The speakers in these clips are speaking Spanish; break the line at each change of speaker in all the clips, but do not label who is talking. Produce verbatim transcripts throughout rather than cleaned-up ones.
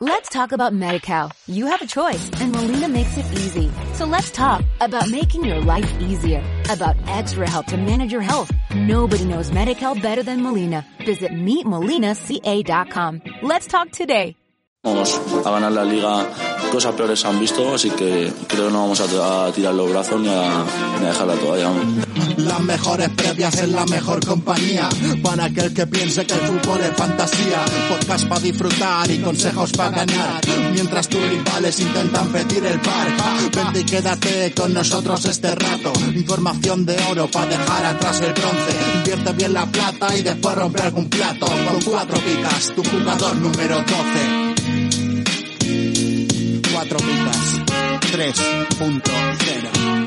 Let's talk about Medi-Cal. You have a choice, and Molina makes it easy. So let's talk about making your life easier, about extra help to manage your health. Nobody knows Medi-Cal better than Molina. Visit meet molina c a dot com. Let's talk today.
Vamos a ganar la liga, cosas peores se han visto, así que creo que no vamos a, a tirar los brazos ni a, ni a dejar la toalla.
Las mejores previas en la mejor compañía, para aquel que piense que el fútbol es fantasía. Podcast para disfrutar y consejos para ganar, mientras tus rivales intentan pedir el par. Vente y quédate con nosotros este rato, información de oro para dejar atrás el bronce. Invierte bien la plata y después rompe algún plato. Con Cuatro Picas, tu jugador número doce. Cuatro Picas tres punto cero.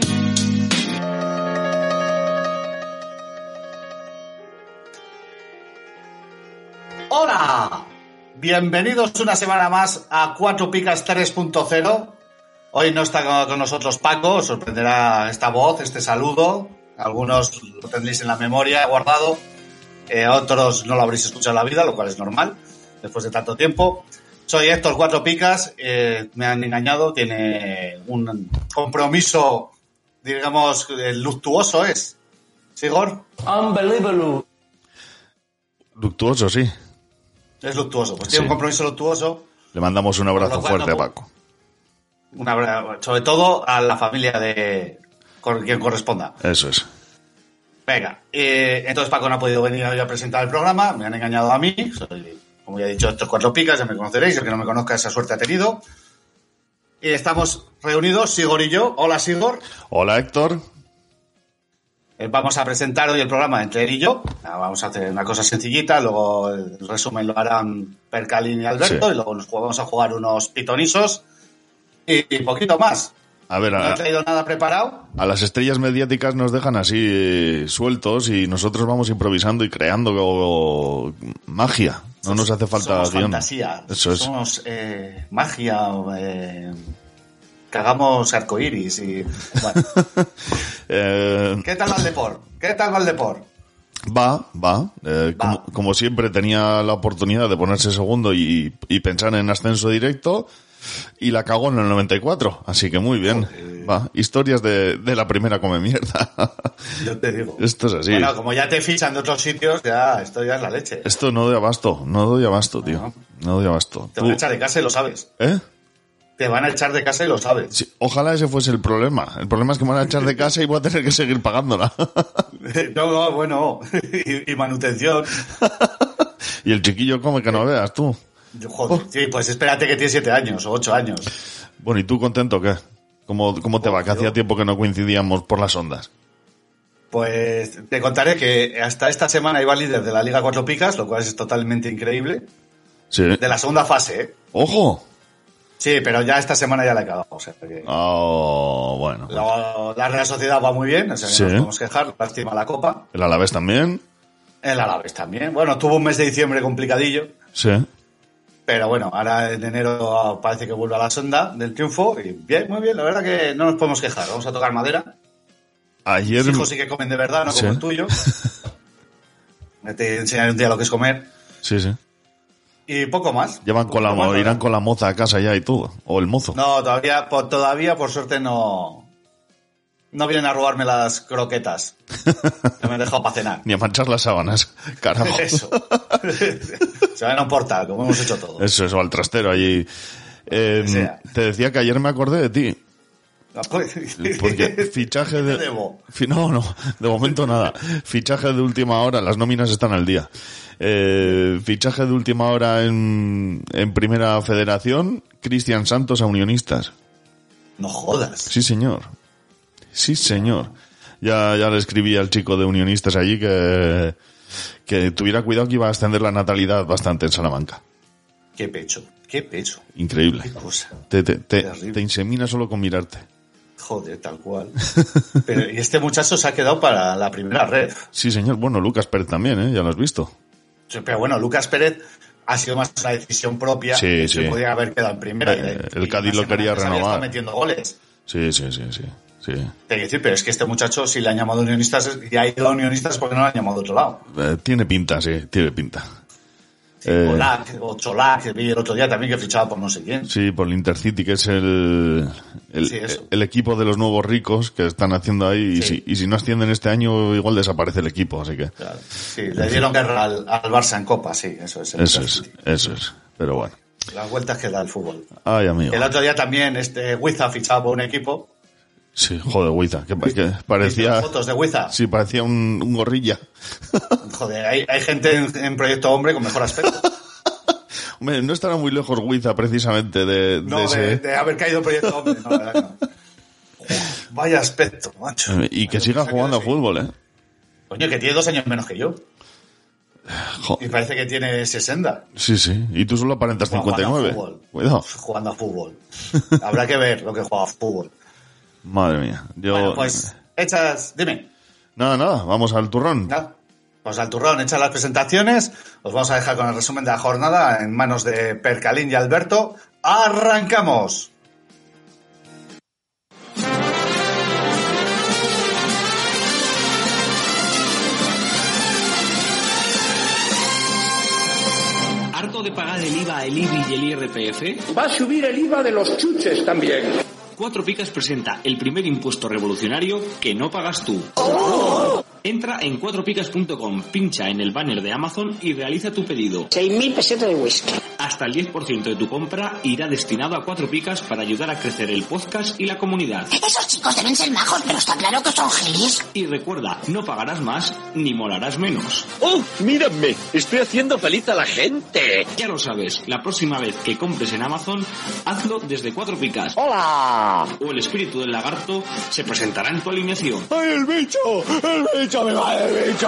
¡Hola! Bienvenidos una semana más a Cuatro Picas tres punto cero. Hoy no está con nosotros Paco, os sorprenderá esta voz, este saludo. Algunos lo tendréis en la memoria guardado, eh, otros no lo habréis escuchado en la vida, lo cual es normal, después de tanto tiempo. Soy Héctor Cuatro Picas, eh, me han engañado, tiene un compromiso, digamos, luctuoso es. ¿Sigor?
Unbelievable.
Luctuoso, sí.
Es luctuoso, pues
Sí.
tiene un compromiso luctuoso.
Le mandamos un abrazo
Por lo cual,
fuerte a
no-
Paco.
Un abrazo, sobre todo a la familia de con quien corresponda.
Eso es.
Venga, eh, entonces Paco no ha podido venir hoy a presentar el programa, me han engañado a mí, soy, como ya he dicho, estos Cuatro Picas, ya me conoceréis, el que no me conozca esa suerte ha tenido. Y estamos reunidos, Sigor y yo. Hola, Sigor.
Hola, Héctor.
Eh, vamos a presentar hoy el programa entre él y yo. Ah, Vamos a hacer una cosa sencillita, luego el resumen lo harán Percalín y Alberto,
Sí.
y luego nos vamos a jugar unos pitonisos y, y poquito más.
A ver,
No he
a,
traído nada preparado.
a las estrellas mediáticas nos dejan así eh, sueltos y nosotros vamos improvisando y creando o- o magia. No nos hace falta
Somos
guión.
fantasía,
Eso es.
somos eh, magia, eh, que hagamos arcoiris y... Bueno.
Eh,
¿Qué tal Valdepor? ¿Qué tal Valdepor?
va, va. Eh,
Va.
Como, como siempre tenía la oportunidad de ponerse segundo y, y pensar en ascenso directo y la cagó en el noventa y cuatro. Así que muy bien.
Joder.
Va. Historias de, de la primera come mierda.
Yo te digo.
Esto es así.
Bueno, como ya te fichan de otros sitios, ya esto ya es la leche.
Esto no doy abasto. No doy abasto, tío. No doy abasto.
Te
Tú-
van a echar de casa y lo sabes.
¿Eh?
Te van a echar de casa y lo sabes.
Sí, ojalá ese fuese el problema. El problema es que me van a echar de casa y voy a tener que seguir pagándola.
No, no, bueno. Y, y manutención.
Y el chiquillo come que no veas, tú.
Joder, sí, pues espérate que tiene siete años o ocho años.
Bueno, ¿y tú contento o qué? ¿Cómo, cómo te va? Que
Joder.
hacía tiempo que no coincidíamos por las ondas.
Pues te contaré que hasta esta semana iba líder de la Liga Cuatro Picas, lo cual es totalmente increíble.
Sí.
De la segunda fase, ¿eh?
¡Ojo!
Sí, pero ya esta semana ya la he cagado. O sea, que
Oh, bueno.
la, la Real Sociedad va muy bien, o sea, que
Sí.
no nos podemos quejar. Lástima la Copa.
¿El Alavés también?
El Alavés también. Bueno, tuvo un mes de diciembre complicadillo,
Sí.
pero bueno, ahora en enero parece que vuelve a la senda del triunfo. Y bien, muy bien, la verdad que no nos podemos quejar. Vamos a tocar madera.
Ayer...
Mis hijos sí que comen de verdad, no
Sí.
como el tuyo. Te enseñaré un día lo que es comer.
Sí, sí.
Y poco más.
Llevan con la,
Poco más,
irán
¿no?
con la moza a casa ya y todo. O el mozo.
No, todavía, por, todavía por suerte no, no vienen a robarme las croquetas. Que me han dejado para cenar.
Ni a manchar las sábanas. Carajo.
Eso. Se van a un portal, como hemos hecho todos.
Eso, eso, al trastero allí. Eh,
Que sea.
te decía que ayer me acordé de ti. Porque fichaje
¿Qué
de...
te debo?
Fi- No, no, de momento nada. Fichaje de última hora, las nóminas están al día. Eh, fichaje de última hora en, en Primera Federación, Cristian Santos a Unionistas.
No jodas.
Sí, señor. Sí, señor. Ya, ya le escribí al chico de Unionistas allí que, que tuviera cuidado que iba a ascender la natalidad bastante en Salamanca.
Qué pecho, qué pecho.
Increíble.
Qué cosa.
Te, te, te,
Terrible.
te insemina solo con mirarte.
Joder, tal cual. Pero, y este muchacho se ha quedado para la primera red.
Sí, señor. Bueno, Lucas Pérez también, ¿eh? Ya lo has visto.
Pero bueno, Lucas Pérez ha sido más una decisión propia.
Sí,
que
sí.
Se podía haber quedado en primera.
Eh,
Y
el Cádiz
una
lo quería
semana antes había
renovar.
estado metiendo goles.
Sí, sí, sí, sí. sí.
Te quiero decir, pero es que este muchacho, si le han llamado Unionistas y ha ido a Unionistas, ¿por qué no le han llamado de otro lado?
Eh, tiene pinta, sí, tiene pinta.
Sí, eh, Olak, o Cholak, que vi el otro día también que fichaba por no sé quién.
Sí, por el Intercity, que es el el, sí, el equipo de los nuevos ricos que están haciendo ahí. Sí. Y, si, y si no ascienden este año, igual desaparece el equipo, así que...
Claro. Sí, le dieron guerra al, al Barça en Copa, sí, eso es.
Eso es, eso es, pero bueno.
Las vueltas que da el fútbol.
Ay, amigo.
El otro día también este Huiza fichaba por un equipo.
Sí, joder, Huiza, que, que parecía...
fotos de Huiza.
Sí, parecía un, un gorrilla.
Joder, hay, hay gente en, en Proyecto Hombre con mejor aspecto.
Hombre, no estará muy lejos Huiza, precisamente, de,
no,
de
de,
ese...
de haber caído en Proyecto Hombre. No, la verdad no. Vaya aspecto, macho.
Y que siga jugando a fútbol, ¿eh?
Coño, que tiene dos años menos que yo. Jo. Y parece que tiene sesenta.
Sí, sí. Y tú solo aparentas cincuenta y nueve.
Cuidado. Jugando a fútbol. Habrá que ver lo que juega a fútbol.
Madre mía. Yo...
Bueno, pues, echas... Dime.
Nada, nada. Vamos al turrón.
¿No? Pues al turrón, echas las presentaciones. Os vamos a dejar con el resumen de la jornada en manos de Percalín y Alberto. ¡Arrancamos!
¿Harto de pagar el I V A, el I B I y el I R P F?
Va a subir el I V A de los chuches también.
Cuatro Picas presenta el primer impuesto revolucionario que no pagas tú.
¡Oh!
Entra en cuatro picas punto com, pincha en el banner de Amazon y realiza tu pedido.
seis mil pesetas de whisky.
Hasta el diez por ciento de tu compra irá destinado a Cuatro Picas para ayudar a crecer el podcast y la comunidad.
Esos chicos deben ser majos, pero está claro que son gilis.
Y recuerda, no pagarás más ni molarás menos.
¡Oh, mírenme! ¡Estoy haciendo feliz a la gente!
Ya lo sabes, la próxima vez que compres en Amazon, hazlo desde Cuatro Picas.
¡Hola!
O el espíritu del lagarto se presentará en tu alineación.
¡Ay, el bicho! ¡El bicho! ¡Me va el bicho!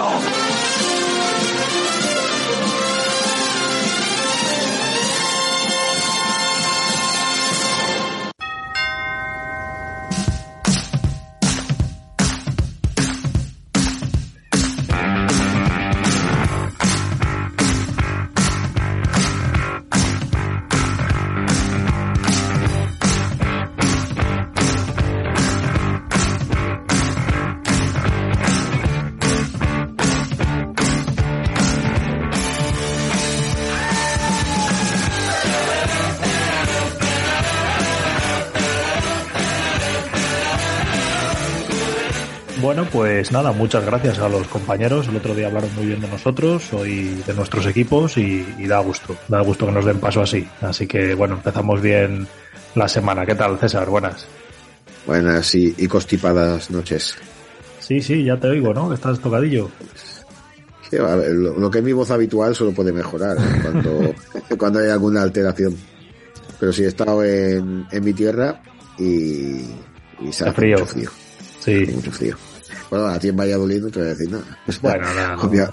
Bueno, pues nada, muchas gracias a los compañeros. El otro día hablaron muy bien de nosotros, hoy de nuestros equipos y, y da gusto, da gusto que nos den paso así. Así que bueno, empezamos bien la semana. ¿Qué tal, César? Buenas.
Buenas y, y constipadas noches.
Sí, sí, ya te oigo, ¿no? Que estás tocadillo.
Sí, a ver, lo, lo que es mi voz habitual solo puede mejorar, ¿eh? cuando, cuando hay alguna alteración. Pero sí he estado en, en mi tierra y, y se hace
frío.
mucho frío.
Sí.
Hace mucho frío. Bueno, a ti en Valladolid no te voy a decir nada.
Bueno, nada. No.
Obvia,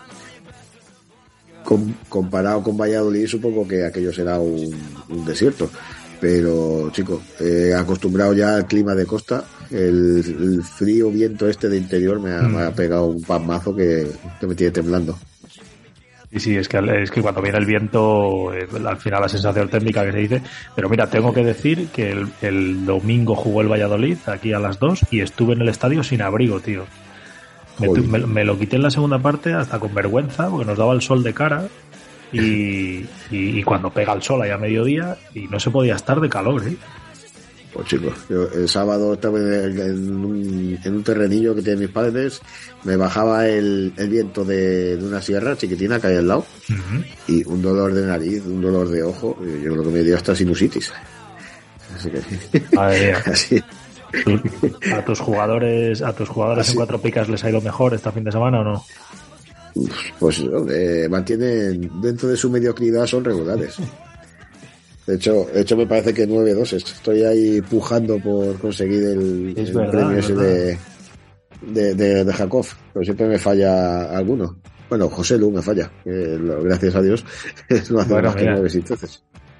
com, comparado con Valladolid, supongo que aquello será un, un desierto. Pero, chico, eh, acostumbrado ya al clima de costa, el, el frío viento este de interior me ha, mm. me ha pegado un palmazo que, que me tiene temblando.
Sí, sí, es que, es que cuando viene el viento, eh, al final la sensación térmica que se dice. Pero mira, tengo que decir que el, el domingo jugó el Valladolid aquí a las dos y estuve en el estadio sin abrigo, tío. Me, me, me lo quité en la segunda parte hasta con vergüenza porque nos daba el sol de cara y, y, y cuando pega el sol ahí a mediodía y no se podía estar de calor, ¿eh?
Pues chicos, yo el sábado estaba en, en, un, en un terrenillo que tienen mis padres, me bajaba el, el viento de, de una sierra chiquitina que hay al lado uh-huh. y un dolor de nariz, un dolor de ojo, yo creo que me dio hasta sinusitis. Así que...
Madre mía.
Así.
¿A tus jugadores, a tus jugadores en Cuatro Picas les ha ido mejor este fin de semana o no?
Pues eh, mantienen dentro de su mediocridad, son regulares. De hecho, de hecho me parece que nueve dos. Estoy ahí pujando por conseguir el, el
verdad,
premio ese de, de, de, de Jacob, pero siempre me falla alguno. Bueno, José Lu me falla, eh, lo, gracias a Dios, no hace
bueno,
más que nueve entonces.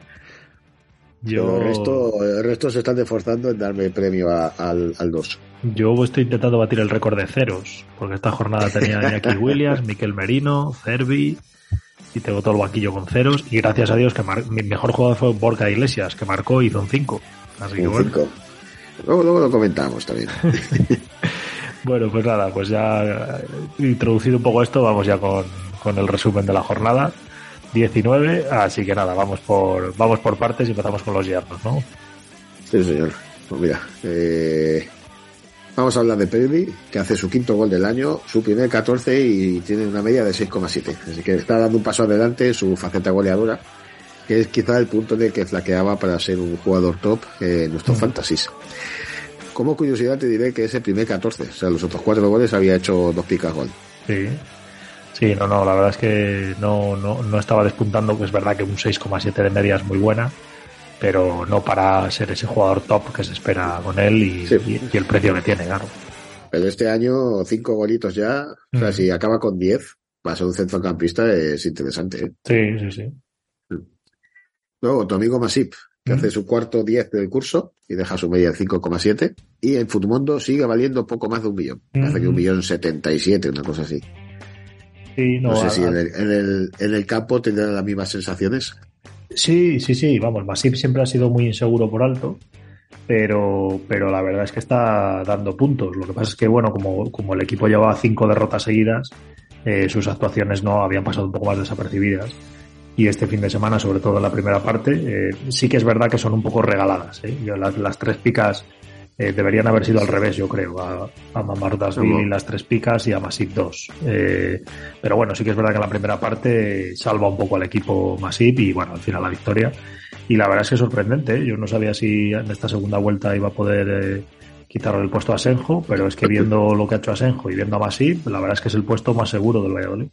Yo...
El resto, el resto se están esforzando en darme premio a, al, al dos.
Yo estoy intentando batir el récord de ceros, porque esta jornada tenía Iñaki Williams, Miquel Merino, Cervi, y tengo todo el banquillo con ceros, y gracias a Dios que mar... mi mejor jugador fue Borja Iglesias, que marcó y hizo un cinco. Así que
un
bueno.
cinco. Luego, luego lo comentamos también.
Bueno, pues nada, pues ya introducido un poco esto, vamos ya con, con el resumen de la jornada. diecinueve, así que nada, vamos por vamos por partes y empezamos con los yernos, ¿no?
Sí, señor. Pues mira, eh, vamos a hablar de Pedri, que hace su quinto gol del año, su primer catorce y tiene una media de seis coma siete. Así que está dando un paso adelante su faceta goleadora, que es quizá el punto en el que flaqueaba para ser un jugador top en nuestros mm. fantasies. Como curiosidad te diré que es el primer catorce, o sea, los otros cuatro goles había hecho dos picas gol.
Sí. Sí, no, no, la verdad es que no, no, no estaba despuntando, que es verdad que un seis coma siete de media es muy buena, pero no para ser ese jugador top que se espera con él y, sí. y, y el precio que tiene, claro.
Pero este año cinco golitos ya, mm. o sea, si acaba con diez, va a ser un centrocampista, es interesante, ¿eh?
Sí, sí, sí.
Luego, tu amigo Masip, que mm. hace su cuarto diez del curso y deja su media de cinco coma siete, y en Futmundo sigue valiendo poco más de un millón, mm. hace que un millón setenta y siete, una cosa así.
Sí, no,
no sé
a,
si en el, en, el, en el campo tendrán las mismas sensaciones.
Sí, sí, sí, vamos, Masip siempre ha sido muy inseguro por alto, pero, pero la verdad es que está dando puntos. Lo que pasa es que, bueno, como, como el equipo llevaba cinco derrotas seguidas, eh, sus actuaciones no habían pasado un poco más desapercibidas. Y este fin de semana, sobre todo en la primera parte, eh, sí que es verdad que son un poco regaladas, ¿eh? Las, las tres picas Eh, deberían haber sido al revés, yo creo, a, a Mamardashvili las tres picas y a Masip dos. Eh, pero bueno, sí que es verdad que en la primera parte salva un poco al equipo Masip y bueno, al final la victoria. Y la verdad es que es sorprendente, ¿eh? Yo no sabía si en esta segunda vuelta iba a poder eh, quitarle el puesto a Asenjo, pero es que viendo lo que ha hecho Asenjo y viendo a Masip, la verdad es que es el puesto más seguro del Valladolid.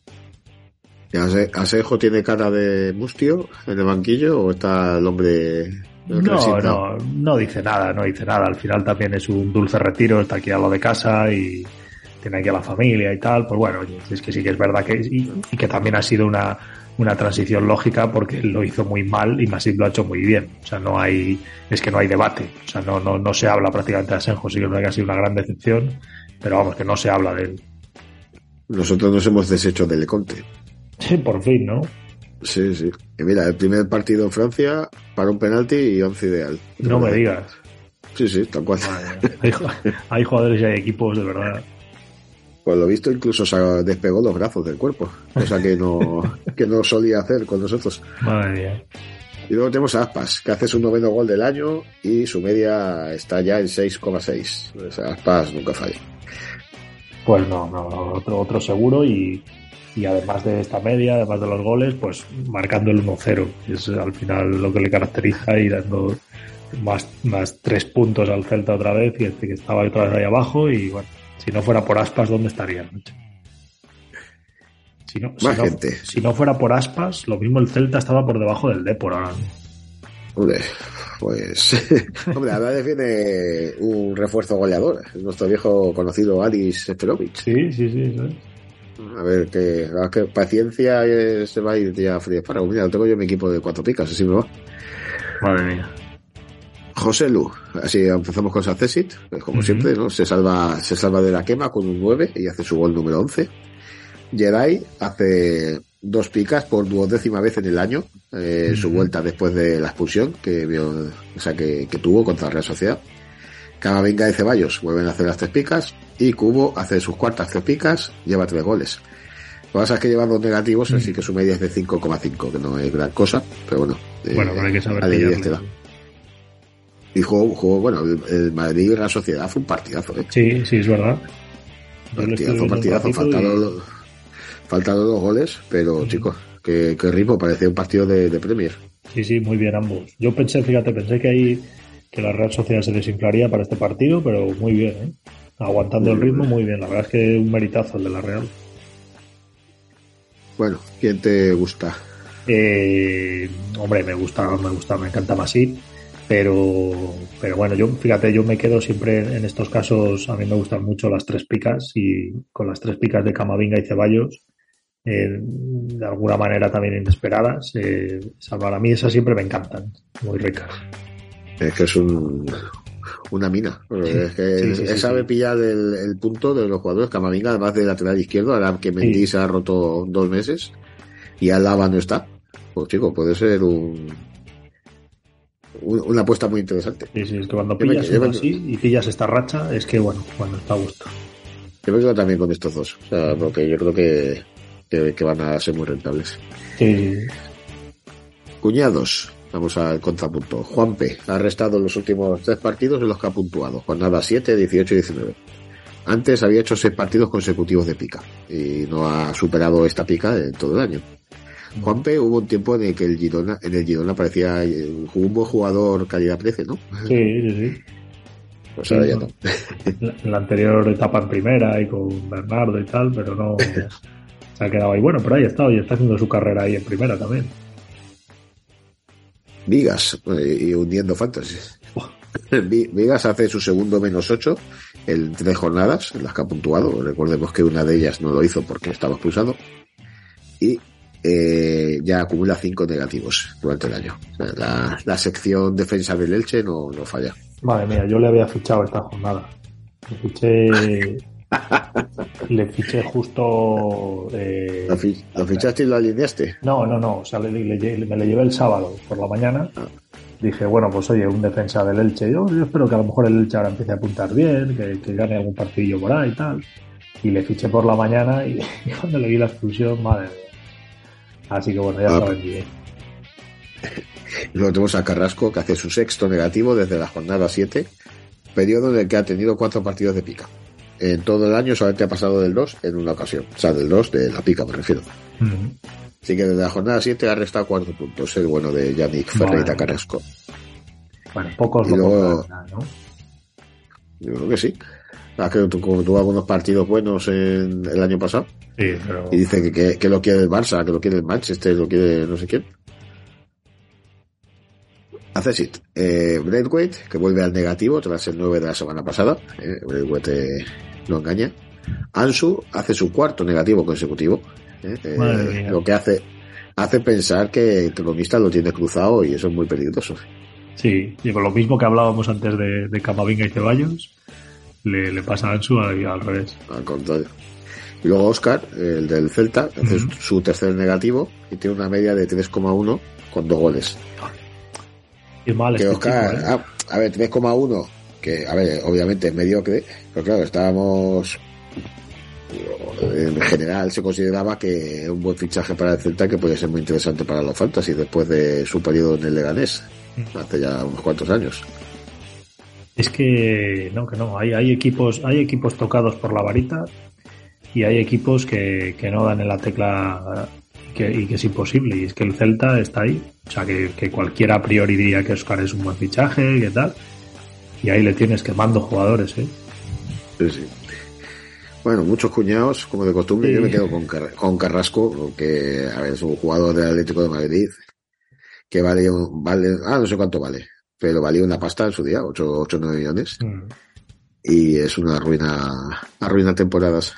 ¿Asenjo tiene cara de mustio en el banquillo o está el hombre...?
No, no, no dice nada, no dice nada. Al final también es un dulce retiro, está aquí a lo de casa y tiene aquí a la familia y tal. Pues bueno, es que sí que es verdad que y, y que también ha sido una, una transición lógica porque él lo hizo muy mal y Masip lo ha hecho muy bien. O sea, no hay, es que no hay debate. O sea, no, no, no se habla prácticamente de Asenjo, sí que es verdad que ha sido una gran decepción, pero vamos, que no se habla de él.
Nosotros nos hemos deshecho de Leconte.
Sí, por fin, ¿no?
Sí, sí. Y mira, el primer partido en Francia para un penalti y once ideal.
No me digas.
Sí, sí, tal cual.
Hay, hay jugadores y hay equipos, de verdad.
Pues lo visto, incluso se despegó los brazos del cuerpo, cosa que no, que no solía hacer con nosotros.
Madre mía.
Y luego tenemos a Aspas, que hace su noveno gol del año y su media está ya en seis coma seis. O sea, Aspas nunca falla.
Pues no, no, no otro, otro seguro y... y además de esta media, además de los goles, pues marcando el uno cero, que es al final lo que le caracteriza y dando más, más tres puntos al Celta otra vez y este que estaba otra vez ahí abajo y bueno, si no fuera por Aspas, ¿dónde estaría? Si no,
más
si no,
gente.
Si no fuera por Aspas, lo mismo el Celta estaba por debajo del Depor ahora.
Hombre, pues hombre, ahora viene un refuerzo goleador, nuestro viejo conocido Aris Seferovic.
Sí, sí, sí, sí.
A ver, que, a que paciencia eh, se va a ir ya frío para. Mira, tengo yo mi equipo de cuatro picas, así me va.
Madre mía.
José Lu, así empezamos con Sacesit, pues como uh-huh. siempre, ¿no? Se salva, se salva de la quema con un nueve y hace su gol número once. Jedi hace dos picas por duodécima vez en el año, eh, uh-huh. su vuelta después de la expulsión que vio, o sea, que, que tuvo contra la Real Sociedad. Camavinga y Ceballos vuelven a hacer las tres picas y Cubo hace sus cuartas tres picas, lleva tres goles. Lo que pasa es que lleva dos negativos, mm. así que su media es de cinco coma cinco, que no es gran cosa, pero bueno.
Bueno, eh, pero hay que saber pillarlo.
Y jugó, jugó, bueno, el, el Madrid y la Sociedad fue un partidazo, ¿eh?
Sí, sí, es verdad.
Partidazo, partidazo, faltaron, y... los, faltaron los goles, pero mm. chicos, qué, qué ritmo, parecía un partido de, de Premier.
Sí, sí, muy bien ambos. Yo pensé, fíjate, pensé que ahí que la Real Sociedad se desinflaría para este partido, pero muy bien, ¿eh? Aguantando muy el ritmo, bien. Muy bien. La verdad es que un meritazo el de la Real.
Bueno, ¿quién te gusta?
Eh, hombre, me gusta, me gusta, me encanta Masip, pero, pero bueno, yo, fíjate, yo me quedo siempre en estos casos, a mí me gustan mucho las tres picas y con las tres picas de Camavinga y Ceballos, eh, de alguna manera también inesperadas, eh, para mí esas siempre me encantan, muy ricas.
Es que es un, una mina. Sí, es que sí, sí, él sí, sabe sí. pillar el, el punto de los jugadores. Camavinga, además de lateral izquierdo, ahora que Mendy sí. se ha roto dos meses y Alaba no está. Pues chico, puede ser un, un una apuesta muy interesante.
Sí, sí, es que cuando pillas me, así y pillas esta racha, es que bueno, bueno, está a gusto.
Yo me quedo también con estos dos. O sea, porque yo creo que, que, que van a ser muy rentables.
Sí.
Cuñados, vamos al contrapunto. Juanpe ha restado los últimos tres partidos en los que ha puntuado. Jornada siete, dieciocho y diecinueve. Antes había hecho seis partidos consecutivos de pica y no ha superado esta pica en todo el año. Juanpe, hubo un tiempo en el que el Girona, en el Girona parecía un buen jugador calidad-precio, ¿no?
Sí, sí, sí.
Pues
sí,
ahora ya no.
En la anterior etapa en primera y con Bernardo y tal, pero no se ha quedado ahí. Bueno, pero ahí está, y está haciendo su carrera ahí en primera también.
Vigas, y hundiendo fantasy. Vigas hace su segundo menos ocho en tres jornadas en las que ha puntuado. Recordemos que una de ellas no lo hizo porque estaba expulsado. Y eh, ya acumula cinco negativos durante el año. O sea, la, la sección defensa del Elche no, no falla.
Madre mía, yo le había fichado esta jornada. Le fiché... le fiché justo... Eh...
¿Lo, fi ¿Lo fichaste y lo alineaste?
No, no, no. O sea, le, le, le, me lo llevé el sábado por la mañana. Ah. Dije, bueno, pues oye, un defensa del Elche. Yo, yo espero que a lo mejor el Elche ahora empiece a apuntar bien, que, que gane algún partidillo por ahí y tal. Y le fiché por la mañana y, y cuando le vi la expulsión, madre mía. Así que bueno, ya ah. se vendí.
Luego tenemos a Carrasco, que hace su sexto negativo desde la jornada siete, periodo en el que ha tenido cuatro partidos de pica. En todo el año solamente ha pasado del dos en una ocasión. O sea, del dos de la pica, me refiero. Uh-huh. Así que desde la jornada siete ha restado cuatro puntos, el bueno de Yannick Ferreira Carrasco.
Bueno, pocos
y
lo
luego,
nada, ¿no?
Yo creo que sí. Ah, que tuvo, tuvo algunos partidos buenos en el año pasado.
Sí, pero...
Y dice que, que, que lo quiere el Barça, que lo quiere el Manchester, lo quiere no sé quién. Hace it. Eh, Braithwaite, que vuelve al negativo tras el nueve de la semana pasada. Eh, Braithwaite eh, lo engaña. Ansu hace su cuarto negativo consecutivo. Eh, eh, lo que hace hace pensar que el cronista lo tiene cruzado y eso es muy peligroso.
Sí, y con lo mismo que hablábamos antes de, de Camavinga y Ceballos, le, le pasa a Ansu al, al revés.
Al contrario. Y luego Óscar, el del Celta, hace uh-huh. su tercer negativo y tiene una media de tres coma uno con dos goles.
Qué mal
que
este
Óscar,
chico, ¿eh?
a, a ver, tres coma uno, que a ver, obviamente es mediocre, pero claro, estábamos... En general se consideraba que un buen fichaje para el Celta que podía ser muy interesante para los fantasy después de su periodo en el Leganés, hace ya unos cuantos años.
Es que no, que no, hay, hay equipos, hay equipos tocados por la varita y hay equipos que, que no dan en la tecla que, y que es imposible, y es que el Celta está ahí, o sea que, que cualquiera a priori diría que Óscar es un buen fichaje, que tal, y ahí le tienes quemando jugadores, ¿eh?
Sí, sí. Bueno, muchos cuñados, como de costumbre. Sí. Yo me quedo con, Car con Carrasco, que a ver, es un jugador del Atlético de Madrid que vale, vale, ah, no sé cuánto vale, pero valía una pasta en su día, ocho o nueve millones. Mm. Y es una ruina, arruina temporadas.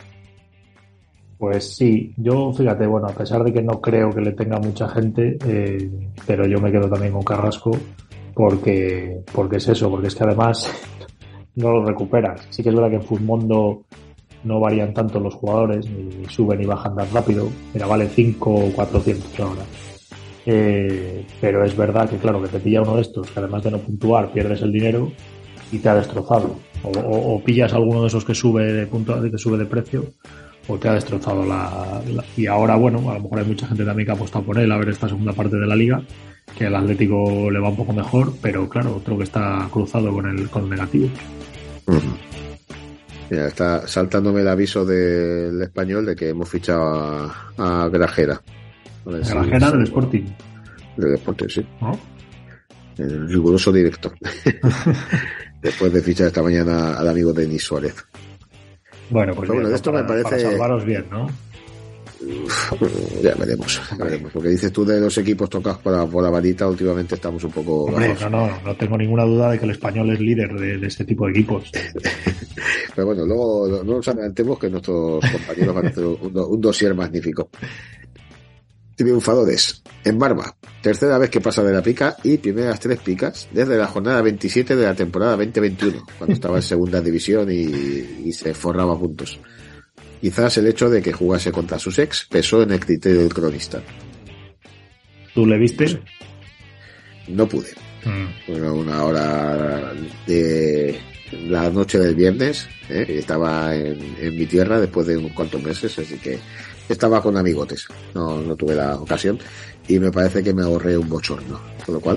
Pues sí, yo fíjate, bueno, a pesar de que no creo que le tenga mucha gente, eh, pero yo me quedo también con Carrasco porque, porque es eso, porque es que además no lo recuperas. Sí que es verdad que en Futmundo no varían tanto los jugadores, ni suben ni bajan tan rápido. Mira, vale cinco o cuatrocientos ahora. Eh, pero es verdad que, claro, que te pilla uno de estos, que además de no puntuar, pierdes el dinero y te ha destrozado. O, o, o pillas alguno de esos que sube de punto, que sube de precio, o te ha destrozado la, la... Y ahora, bueno, a lo mejor hay mucha gente también que ha apostado por él a ver esta segunda parte de la liga, que el Atlético le va un poco mejor, pero claro, otro que está cruzado con el, con el negativo.
Uh-huh. Mira, está saltándome el aviso del Español de que hemos fichado a, a Grajera.
Grajera del Sporting.
Del Sporting, sí. ¿Oh? El riguroso directo. Después de fichar esta mañana al amigo Denis Suárez.
Bueno, pues
Pero
bien,
bueno, esto
para,
me parece...
para salvaros bien, ¿no?
Ya veremos, ya veremos. Porque dices tú de los equipos tocados por la, por la varita, últimamente estamos un poco...
Hombre, no, no, no tengo ninguna duda de que el Español es líder de, de ese tipo de equipos.
Pero bueno, luego no nos adelantemos que nuestros compañeros van a hacer un, un dossier magnífico. Triunfadores. En Barba, tercera vez que pasa de la pica y primeras tres picas desde la jornada veintisiete de la temporada veinte veintiuno, cuando estaba en segunda división y, y se forraba puntos. Quizás el hecho de que jugase contra sus ex pesó en el criterio del cronista.
¿Tú le viste?
No pude.
Mm.
Bueno, una hora de la noche del viernes, ¿eh? Estaba en, en mi tierra después de unos cuantos meses, así que estaba con amigotes, no, no tuve la ocasión y me parece que me ahorré un bochorno, con lo cual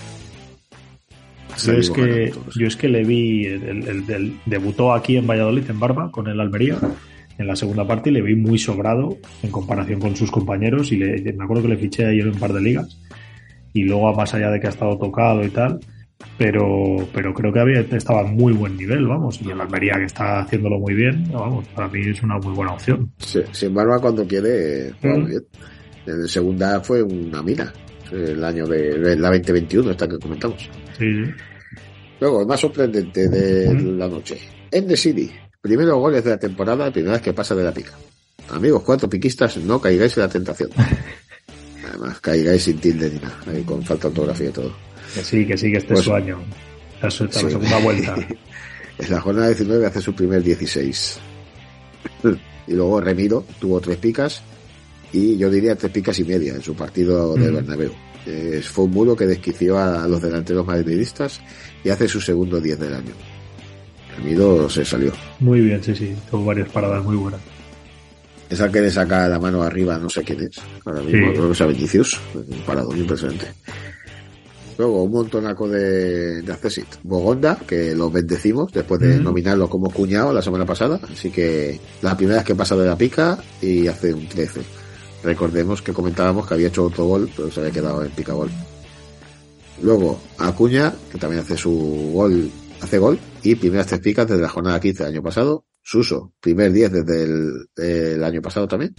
yo es que yo es que le vi el, el, el, el, debutó aquí en Valladolid en Barba con el Almería en la segunda parte y le vi muy sobrado en comparación con sus compañeros y le, me acuerdo que le fiché ayer en un par de ligas y luego más allá de que ha estado tocado y tal, pero pero creo que había estaba en muy buen nivel, vamos, y el Almería que está haciéndolo muy bien, vamos, para mí es una muy buena opción.
Sí, sin Barba cuando quiere juega muy bien. En segunda fue una mina el año de, de la veinte veintiuno, esta que comentamos.
Sí, sí.
Luego, el más sorprendente de mm. la noche. En-Nesyri, primeros goles de la temporada, primera vez que pasa de la pica. Amigos, cuatro piquistas, no caigáis en la tentación. Además, caigáis sin tilde ni nada, ahí con falta de ortografía y todo.
Que sí, que sí, que este pues, es su año. La, su, sí. la segunda vuelta.
En la jornada diecinueve hace su primer dieciséis. Y luego Remiro tuvo tres picas, y yo diría tres picas y media en su partido mm. del Bernabéu. Eh, fue un muro que desquició a los delanteros madridistas y hace su segundo diez del año. Remiro se salió.
Muy bien, sí, sí, tuvo varias paradas muy buenas.
Esa que le saca la mano arriba, no sé quién es. Ahora mismo sí. Creo que es a Vinicius. Un parado muy impresionante. Luego un montonaco de, de Accesit. Bogonda, que lo bendecimos después de mm. nominarlo como cuñado la semana pasada. Así que la primera vez que pasa de la pica y hace un trece. Recordemos que comentábamos que había hecho otro gol, pero se había quedado en pica gol. Luego Acuña, que también hace su gol, hace gol, y primeras tres picas desde la jornada quince del año pasado. Suso, primer diez desde el, el año pasado también.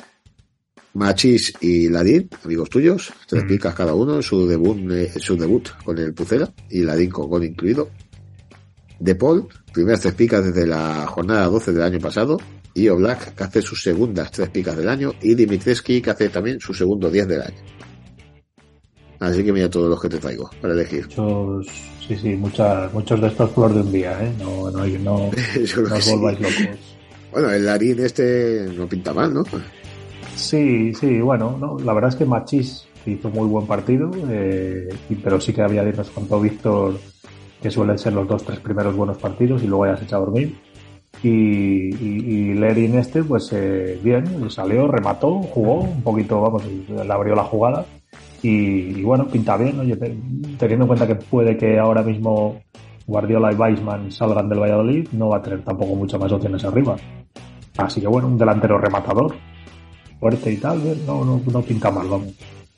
Machís y Ladín, amigos tuyos, tres mm. picas cada uno en su debut, eh, su debut con el Pucela, y Ladín con gol incluido. De Paul, primeras tres picas desde la jornada doce del año pasado. Y Oblak, que hace sus segundas tres picas del año, y Dimitrescu, que hace también su segundo diez del año. Así que mira todos los que te traigo para elegir.
Muchos, sí, sí, muchas, muchos de estos flor de un día, ¿eh? No, no, no, no os volváis locos.
Bueno, el Larín este no pinta mal, ¿no?
Sí, sí, bueno, no, la verdad es que Machís hizo muy buen partido, eh, pero sí que había nos contó Víctor que suelen ser los dos, tres primeros buenos partidos y luego ya se echa a dormir. Y, y, y Lerin este, pues eh, bien, salió, remató, jugó un poquito, vamos, le abrió la jugada y, y bueno, pinta bien, ¿no? Yo te, teniendo en cuenta que puede que ahora mismo Guardiola y Weissman salgan del Valladolid, no va a tener tampoco muchas más opciones arriba. Así que bueno, un delantero rematador, fuerte y tal, no, no, no pinta mal, vamos.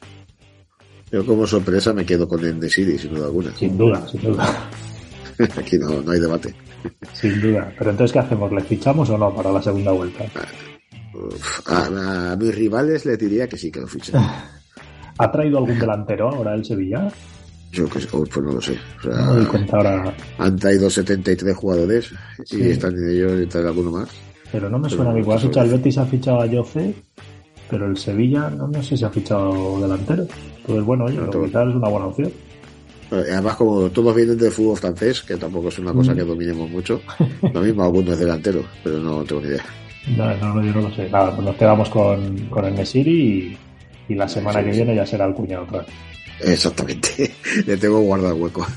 Yo como sorpresa me quedo con En-Nesyri, sin duda alguna.
Sin duda, sin duda.
Aquí no, no hay debate.
Sin duda. Pero entonces, ¿qué hacemos? ¿Le fichamos o no para la segunda vuelta?
A, a, a mis rivales les diría que sí, que lo fichen.
¿Ha traído algún delantero ahora el Sevilla?
Yo que pues no lo sé. O sea,
no me doy cuenta ahora.
Han traído setenta y tres jugadores sí. Y están en ellos y traen alguno más.
Pero no me suena a mí. Has fichado el Betis, ha fichado a Jose, pero el Sevilla no, no sé si ha fichado delantero. Entonces, bueno, oye, no, quizás es una buena opción.
Además, como todos vienen del fútbol francés, que tampoco es una cosa mm. que dominemos mucho, lo mismo alguno es delantero, pero no tengo ni idea.
No, no, yo no lo sé. Nada, pues nos quedamos con, con En-Nesyri y, y la semana sí, que sí. viene ya será el cuñado otra vez.
Exactamente, le tengo guardado hueco.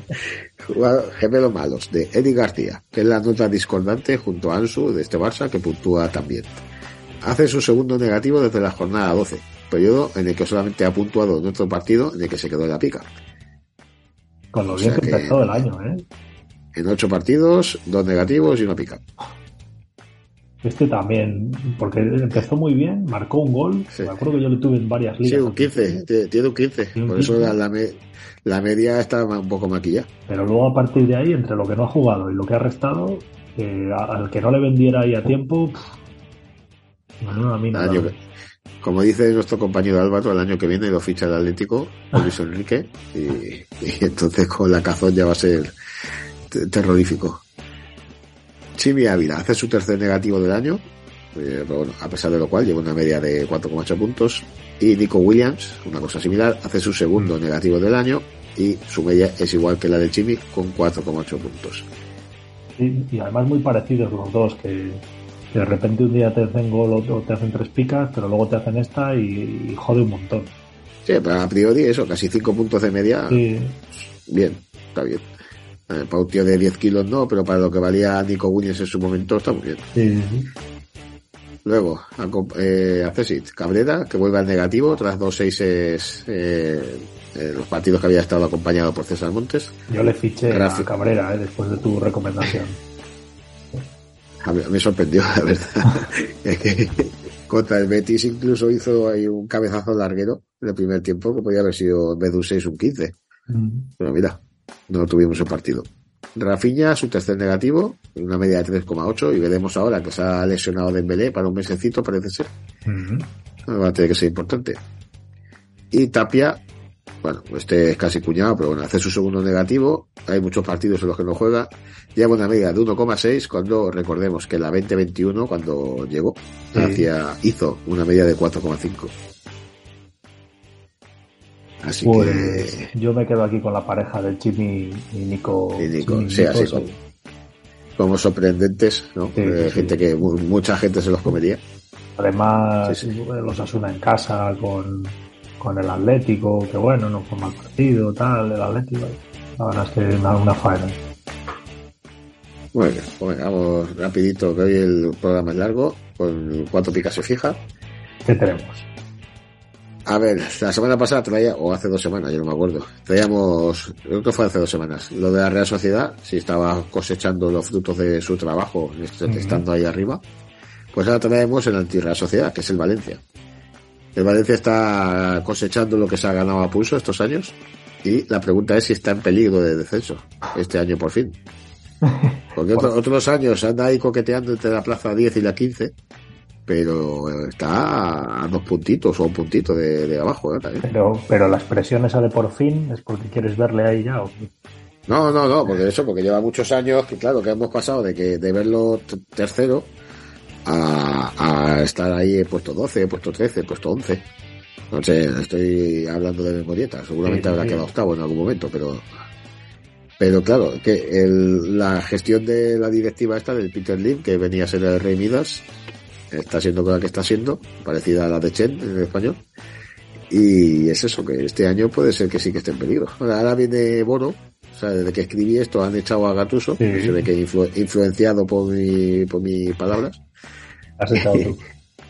Gemelos malos, de Eddie García, que es la nota discordante junto a Ansu de este Barça, que puntúa también. Hace su segundo negativo desde la jornada doce, periodo en el que solamente ha puntuado en otro partido en el que se quedó en la pica.
Con lo bien o sea que empezó el año, ¿eh?
En ocho partidos, dos negativos y una pica.
Este también, porque empezó muy bien, marcó un gol. Sí. Me acuerdo que yo lo tuve en varias ligas.
Sí, un quince, tiene un quince. Por un eso quince. La, la, me, la media está un poco maquillada.
Pero luego a partir de ahí, entre lo que no ha jugado y lo que ha restado, eh, al que no le vendiera ahí a tiempo, no, a mí nada.
Año, como dice nuestro compañero Álvaro, el año que viene lo ficha el Atlético con Luis Enrique y, y entonces con la Cazón ya va a ser t- terrorífico. Chimi Ávila hace su tercer negativo del año, eh, pero bueno, a pesar de lo cual lleva una media de cuatro coma ocho puntos, y Nico Williams, una cosa similar, hace su segundo mm. negativo del año y su media es igual que la de Chimi con cuatro coma ocho puntos.
Y, y además muy parecidos los dos, que de repente un día te hacen gol o te hacen tres picas, pero luego te hacen esta y, y jode un montón.
Sí, pero a priori eso, casi cinco puntos de media, sí. Bien, está bien. Eh, para un tío de diez kilos no, pero para lo que valía Nico Williams en su momento está muy bien.
Sí, sí.
Luego, eh, Accesit, Cabrera, que vuelve al negativo tras dos seises eh, eh, los partidos que había estado acompañado por César Montes.
Yo le fiché Gracias. a Cabrera eh, después de tu recomendación.
A mí me sorprendió, la verdad. Es que contra el Betis incluso hizo ahí un cabezazo larguero en el primer tiempo, que podía haber sido en vez de un seis, un quince. Mm. Pero mira, no tuvimos el partido. Rafinha, su tercer negativo, una media de tres coma ocho, y veremos ahora que se ha lesionado Dembélé para un mesecito, parece ser. Mm-hmm. Va a tener que ser importante. Y Tapia, bueno, este es casi cuñado, pero bueno, hace su segundo negativo. Hay muchos partidos en los que no juega. Lleva una media de uno coma seis, cuando recordemos que la veinte veintiuno, cuando llegó, sí. hacía, hizo una media de cuatro coma cinco. Así
pues
que
yo me quedo aquí con la pareja de Jimmy y Nico.
Y Nico, Jimmy, sí, Nico, así como, como sorprendentes, ¿no? Sí, eh, sí, gente sí. que mucha gente se los comería.
Además, sí, sí. los Asuna en casa con, con el Atlético, que bueno, no fue mal partido, tal, el Atlético. La verdad es que una, una faena.
Bueno, pues vamos rapidito, que hoy el programa es largo, con cuatro picas se fija.
¿Qué tenemos?
A ver, la semana pasada traía, o hace dos semanas, yo no me acuerdo, traíamos, creo que fue hace dos semanas, lo de la Real Sociedad, si estaba cosechando los frutos de su trabajo, estando ahí arriba, pues ahora traemos el anti-Real Sociedad, que es el Valencia. El Valencia está cosechando lo que se ha ganado a pulso estos años, y la pregunta es si está en peligro de descenso, este año por fin. Porque otro, otros años anda ahí coqueteando entre la plaza diez y la quince, pero está a dos puntitos o un puntito de, de abajo, ¿eh?
Pero, pero la expresión esa de por fin es porque quieres verle ahí ya, ¿o?
No, no, no, porque eso, porque lleva muchos años que claro, que hemos pasado de que de verlo t- tercero a, a estar ahí puesto doce, puesto trece, puesto once. No sé, estoy hablando de memorieta, seguramente sí, habrá sí. quedado octavo en algún momento, pero pero claro, que el, la gestión de la directiva esta del Peter Lim, que venía a ser el Rey Midas, está siendo con la que está siendo, parecida a la de Chen en el español, y es eso, que este año puede ser que sí que esté en peligro. Ahora, ahora viene Bono, o sea, desde que escribí esto han echado a Gattuso, sí, que se ve que influ, influenciado por mi, por mis palabras.
Has echado tú.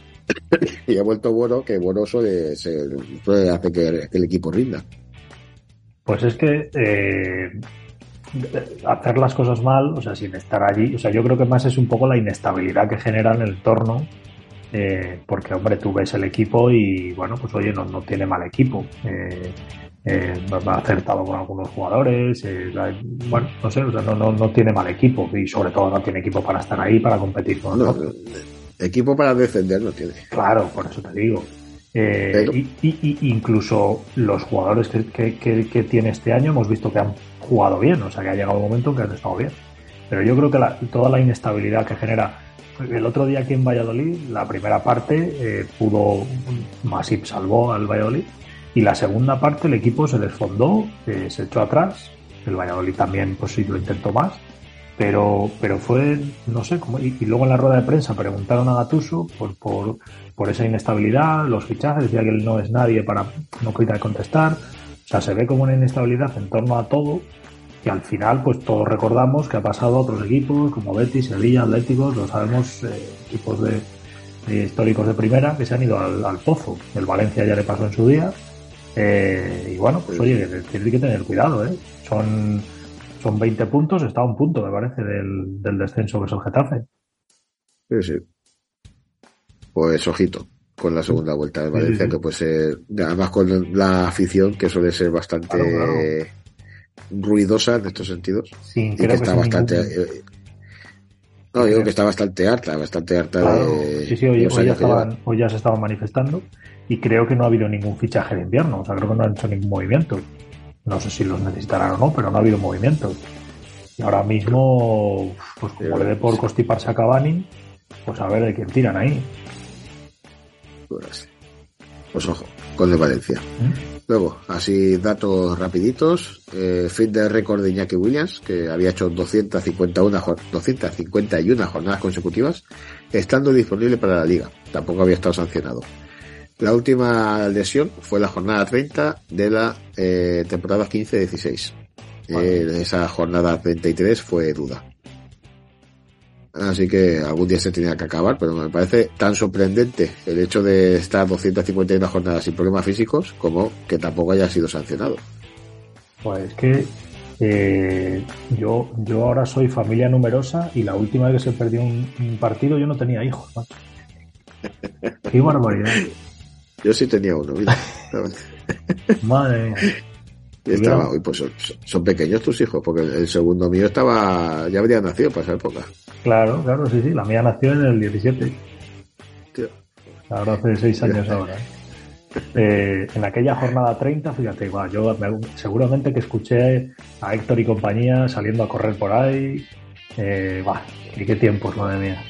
Y ha vuelto Bono, que Bono suele, suele hacer que, que el equipo rinda.
Pues es que eh, hacer las cosas mal, o sea, sin estar allí, o sea, yo creo que más es un poco la inestabilidad que genera en el entorno, eh, porque, hombre, tú ves el equipo y, bueno, pues oye, no, no tiene mal equipo, eh, eh, va acertado con algunos jugadores, eh, la, bueno, no sé, o sea, no, no, no tiene mal equipo y sobre todo no tiene equipo para estar ahí, para competir con nosotros.
No, equipo para defender no tiene.
Claro, por eso te digo. Eh, Pero... y, y, y incluso los jugadores que, que, que, que tiene este año hemos visto que han jugado bien, o sea que ha llegado un momento en que han estado bien, pero yo creo que la, toda la inestabilidad que genera el otro día aquí en Valladolid, la primera parte eh, pudo, Masip salvó al Valladolid y la segunda parte el equipo se desfondó, eh, se echó atrás, el Valladolid también pues sí lo intentó más, pero pero fue, no sé, como, y, y luego en la rueda de prensa preguntaron a Gattuso por, por, por esa inestabilidad, los fichajes, decía que él no es nadie para no querer contestar. O sea, se ve como una inestabilidad en torno a todo, que al final, pues todos recordamos que ha pasado a otros equipos, como Betis, Sevilla, Atléticos, lo sabemos, eh, equipos de, de históricos de primera, que se han ido al, al pozo. El Valencia ya le pasó en su día. Eh, y bueno, pues oye, tiene que tener cuidado, ¿eh? Son, son veinte puntos, está a un punto, me parece, del, del descenso que es el Getafe.
Sí, sí. Pues ojito con la segunda vuelta de Valencia, sí, sí, sí. que puede ser, además con la afición que suele ser bastante claro, claro. ruidosa en estos sentidos,
sí,
y que está que bastante ningún... eh, no, yo creo que está bastante harta, bastante harta claro. de
sí, sí, hoy, hoy, ya estaban, hoy ya se estaban manifestando y creo que no ha habido ningún fichaje de invierno, o sea, creo que no han hecho ningún movimiento, no sé si los necesitarán o no, pero no ha habido movimiento y ahora mismo pues como sí, le dé por sí. constiparse a Cavani, pues a ver de quién tiran ahí.
Pues, pues ojo, con el Valencia. ¿Mm? Luego, así datos rapiditos, eh, fin de récord de Iñaki Williams, que había hecho doscientas cincuenta y una, doscientas cincuenta y una jornadas consecutivas, estando disponible para la Liga, tampoco había estado sancionado. La última lesión fue la jornada treinta de la eh, temporada quince dieciséis. Vale. Eh, esa jornada treinta y tres fue duda. Así que algún día se tenía que acabar, pero me parece tan sorprendente el hecho de estar doscientas cincuenta y una jornadas sin problemas físicos como que tampoco haya sido sancionado.
Pues es que eh, yo yo ahora soy familia numerosa y la última vez que se perdió un, un partido yo no tenía hijos, macho. Qué barbaridad.
Yo sí tenía uno, mira.
Madre mía.
Y estaba, uy, pues son, son pequeños tus hijos, porque el segundo mío estaba, ya habría nacido para esa época.
Claro, claro, sí, sí. La mía nació en el diecisiete.
Tío.
Ahora hace seis años ahora. Eh, en aquella jornada treinta, fíjate, va, yo me, seguramente que escuché a Héctor y compañía saliendo a correr por ahí. Eh, va, y qué tiempos, madre mía.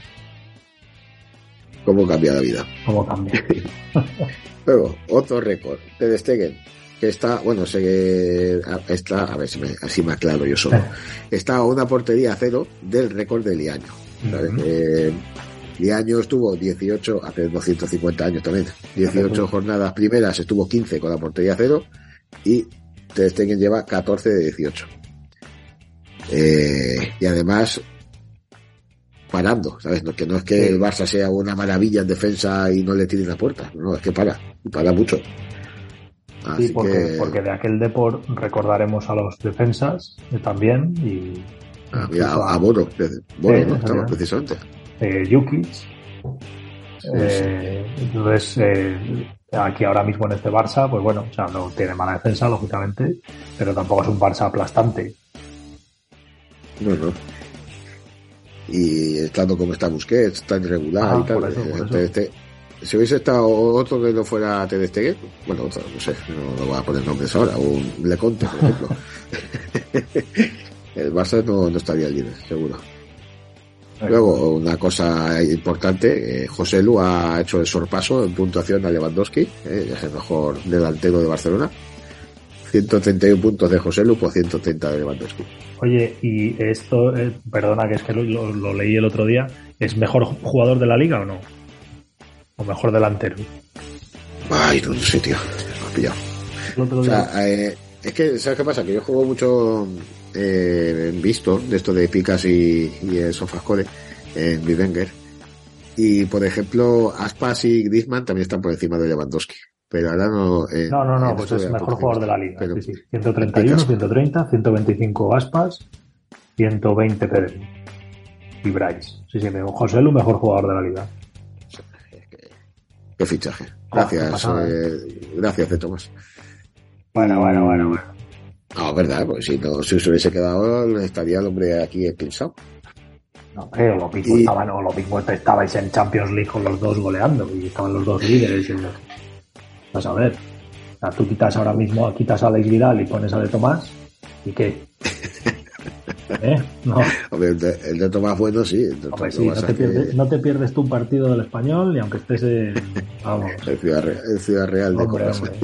¿Cómo cambia la vida?
¿Cómo cambia?
Luego, otro récord, Ter Stegen, que está, bueno, se, está, a ver si me, así me aclaro yo solo, está a una portería cero del récord de Liaño. ¿Sabes? Uh-huh. Eh, Liaño estuvo dieciocho, hace doscientos cincuenta años también, dieciocho uh-huh. jornadas primeras, estuvo quince con la portería cero, y Ter Stegen lleva catorce de dieciocho. Eh, y además, parando, ¿sabes? No, que no es que el Barça sea una maravilla en defensa y no le tiren la puerta, no, es que para, y para mucho. Así
sí, porque,
que...
porque de aquel Depor recordaremos a los defensas eh, también y...
Ah, mira, a, a Bono, Bono, sí, ¿no? Estaba precisamente.
Eh, Jukic. Eh, entonces, eh, aquí ahora mismo en este Barça, pues bueno, o sea, no tiene mala defensa, lógicamente, pero tampoco es un Barça aplastante.
No, no. Y estando como está Busquets, tan irregular ah, y tal. Por eso, por eso. Este, si hubiese estado otro que no fuera Ter Stegen, bueno, otro, no sé, no, no voy a poner nombres ahora, un Leconte, por ejemplo. El Barça no, no estaría líder, seguro. Luego, una cosa importante, eh, José Lu ha hecho el sorpaso en puntuación a Lewandowski, eh, es el mejor delantero de Barcelona. ciento treinta y uno puntos de José Lu por ciento treinta de Lewandowski.
Oye, y esto, eh, perdona que es que lo, lo, lo leí el otro día, ¿es mejor jugador de la liga o no? ¿O mejor delantero?
Ay, no sé, tío, me has pillado. O sea, eh, es que, ¿sabes qué pasa? Que yo juego mucho eh, visto de esto de Picas y, y el Sofascore en Bivenger. Y, por ejemplo, Aspas y Griezmann también están por encima de Lewandowski. Pero ahora no... Eh,
no, no, no, pues es mejor jugador de la liga. Pero, sí, sí. ciento treinta y uno, ciento treinta, ciento veinticinco Aspas, ciento veinte Pedri. Y Bryce. Sí, sí, José Lu, mejor jugador de la liga.
Qué fichaje. Gracias, oh, eh, gracias de Tomás.
Bueno, bueno, bueno, bueno.
No, verdad, pues si no si se hubiese quedado, estaría el hombre aquí expulsado.
No, pero lo mismo y... estaban, o lo mismo estabais en Champions League con los dos goleando y estaban los dos líderes. Y... Vas a ver. O sea, tú quitas ahora mismo, quitas a Alex Vidal y pones a De Tomás, ¿y qué? ¿Eh? No.
Hombre, el de, el de Tomás bueno, sí. El de
Hombre, sí, no, te pierdes, que... no te pierdes tú un partido del Español, ni aunque estés en... Vamos.
El Ciudad Real, el Ciudad Real de
hombre,
Copas.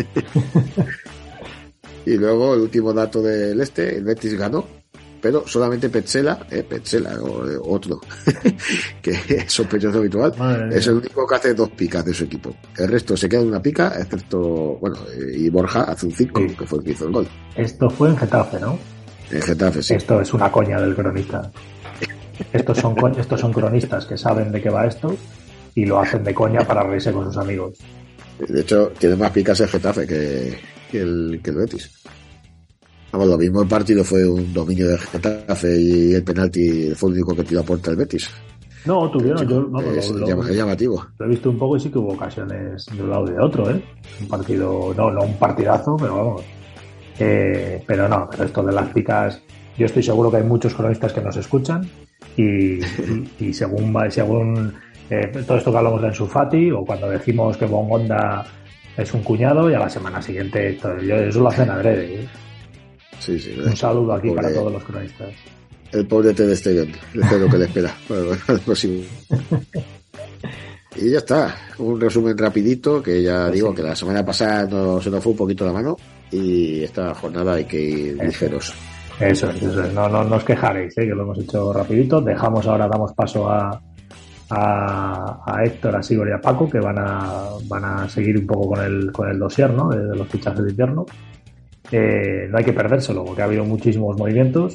Y luego, el último dato del este, el Betis ganó, pero solamente Petzela, eh, Petzela, o eh, otro, que es sospechoso habitual, Madre es el único que hace dos picas de su equipo. El resto se queda en una pica, excepto, bueno, y Borja hace un cinco, sí. que fue el que hizo el gol.
Esto fue en Getafe, ¿no?
En Getafe, sí.
Esto es una coña del cronista. Estos son, co- estos son cronistas que saben de qué va esto y lo hacen de coña para reírse con sus amigos.
De hecho, tiene más picas el Getafe que, que, el, que el Betis. Vamos, lo mismo el partido fue un dominio del Getafe y el penalti fue el único que tiró a puerta el Betis.
No, tuvieron, yo vamos,
es,
lo,
lo,
es
llamativo.
Lo he visto un poco y sí que hubo ocasiones de un lado y de otro, ¿eh? Un partido, no, no un partidazo, pero vamos. Eh, pero no, pero esto de las picas, yo estoy seguro que hay muchos cronistas que nos escuchan y, y, y según según eh, todo esto que hablamos de Ansu Fati o cuando decimos que Bongonda es un cuñado y a la semana siguiente esto, yo, eso lo hacen adrede, ¿eh?
Sí, sí,
un saludo aquí
pobre,
para todos los cronistas.
El pobre Ter Stegen, es lo que le espera. Bueno, bueno, el próximo. Y ya está, un resumen rapidito, que ya pues digo sí. que la semana pasada no, se nos fue un poquito la mano y esta jornada hay que ir eso. ligeros.
Eso es, eso es. No, no, no os quejaréis, ¿eh? Que lo hemos hecho rapidito. Dejamos ahora, damos paso a, a, a Héctor, a Sigor y a Paco, que van a, van a seguir un poco con el, con el dossier, ¿no? De, de los fichajes de invierno. Eh, no hay que perdérselo, porque ha habido muchísimos movimientos.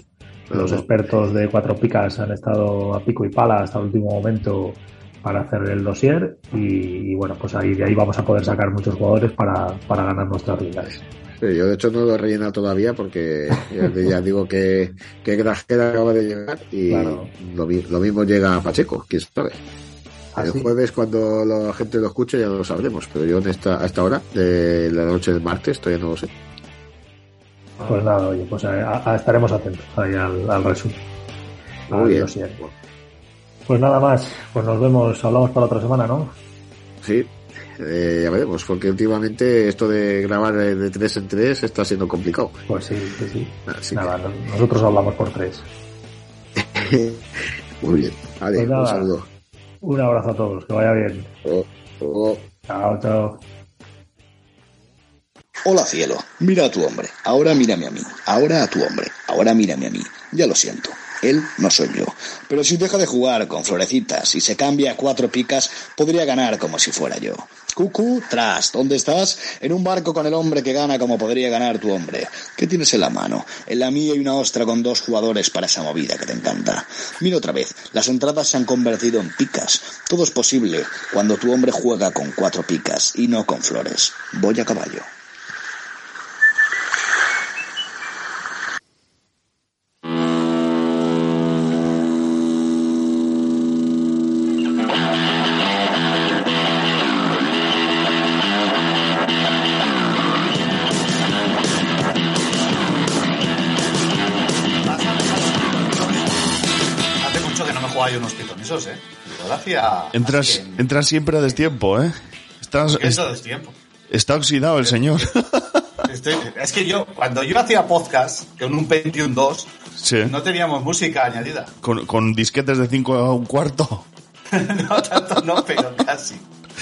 Los expertos de Cuatro Picas han estado a pico y pala hasta el último momento para hacer el dossier y, y bueno, pues ahí de ahí vamos a poder sacar muchos jugadores para, para ganar nuestras ligas.
Sí, yo de hecho no lo he rellenado todavía porque ya, ya digo que, que Grajera acaba de llegar y claro. lo, lo mismo llega a Pacheco, quién sabe. ¿Ah, el sí? Jueves cuando la gente lo escuche ya lo sabremos, pero yo en esta, a esta hora de la noche del martes todavía no lo sé.
Pues nada, oye, pues a, a, estaremos atentos ahí al, al resumen.
Muy bien.
Pues nada más, pues nos vemos, hablamos para otra semana, ¿no?
Sí, eh, ya veremos, porque últimamente esto de grabar de tres en tres está siendo complicado.
Pues sí, sí, sí. Así nada, que... nosotros hablamos por tres.
Muy bien, vale, pues nada, un saludo.
Un abrazo a todos, que vaya bien.
Oh, oh.
Chao, chao.
Hola cielo, mira a tu hombre, ahora mírame a mí, ahora a tu hombre, ahora mírame a mí, ya lo siento, él no soy yo, pero si deja de jugar con florecitas y se cambia a Cuatro Picas, podría ganar como si fuera yo. Cucú, tras, ¿dónde estás? En un barco con el hombre que gana como podría ganar tu hombre. ¿Qué tienes en la mano? En la mía hay una ostra con dos jugadores para esa movida que te encanta. Mira otra vez, las entradas se han convertido en picas. Todo es posible cuando tu hombre juega con Cuatro Picas y no con flores. Voy a caballo.
Hay unos pitonisos, ¿eh? Hacía,
entras, en... entras siempre a destiempo, ¿eh? Estás,
¿Qué es a destiempo?
Está oxidado el señor.
Estoy, es que yo, cuando yo hacía podcast, que en un Pentium dos,
sí.
no teníamos música añadida.
¿Con, con disquetes de cinco a un cuarto?
No, tanto no, pero casi.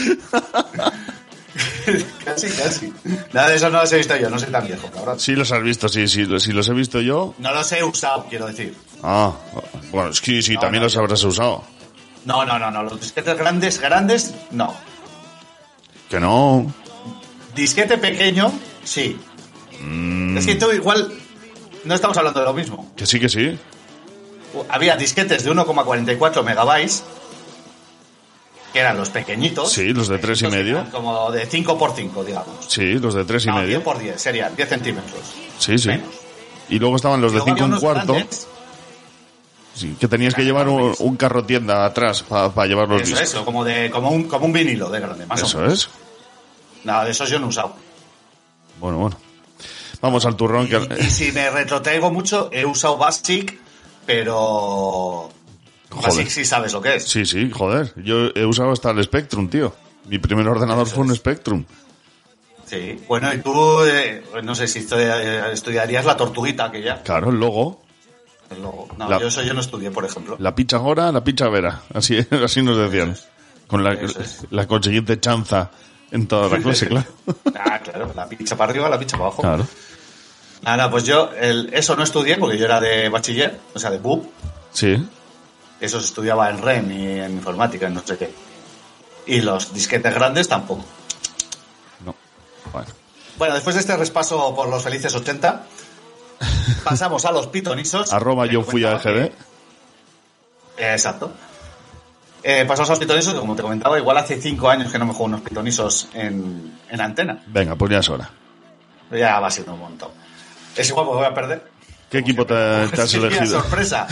Casi, casi. Nada de eso no los he visto yo, no soy tan viejo, cabrón.
Sí los has visto, sí, sí, sí los he visto yo.
No los he usado, quiero decir.
Ah, bueno, es que sí, no, también no, los habrás yo... usado.
No, no, no, no, los disquetes grandes, grandes, no.
Que no.
Disquete pequeño, sí. Mm. Es que tú igual no estamos hablando de lo mismo.
Que sí, que sí.
Había disquetes de uno coma cuarenta y cuatro megabytes, que eran los pequeñitos.
Sí, los de tres y medio.
Como de cinco por cinco, digamos.
Sí, los de tres y
no,
medio.
diez por diez, serían diez centímetros.
Sí, sí. Menos. Y luego estaban los y de cinco y un cuarto. Grandes. Sí, que tenías que llevar un, un carro tienda atrás para pa llevar los
eso,
discos.
Eso, como, de, como, un, como un vinilo de grande, más
eso
o menos.
Es.
Nada, de esos yo no he usado.
Bueno, bueno. Vamos al turrón.
Y,
que...
y si me retrotraigo mucho, he usado Basic, pero...
Joder.
Basic sí sabes lo que es.
Sí, sí, joder. Yo he usado hasta el Spectrum, tío. Mi primer ordenador eso fue un es. Spectrum.
Sí, bueno, y tú, eh, no sé si estudiarías la tortuguita aquella.
Claro, el logo.
El logo. No, la, yo eso yo no estudié, por ejemplo.
La picha gora, la picha vera. Así, así nos decían. Es. Con la, es. la consiguiente chanza en toda la clase, claro.
Ah, claro, la picha para arriba, la picha para abajo.
Claro.
Nada, pues yo el, eso no estudié porque yo era de bachiller, o sea, de B U P.
Sí.
Eso se estudiaba en R E M y en informática, en no sé qué. Y los disquetes grandes tampoco.
No. Bueno.
Bueno, después de este repaso por los felices ochenta, pasamos a los pitonisos.
Arroba yo fui a E G D.
Eh, exacto. Eh, pasamos a los pitonisos, que como te comentaba, igual hace cinco años que no me juego unos pitonisos en, en antena.
Venga, pues ya es hora.
Ya va siendo un montón. Es igual porque voy a perder.
¿Qué equipo te, te has elegido?
Sorpresa.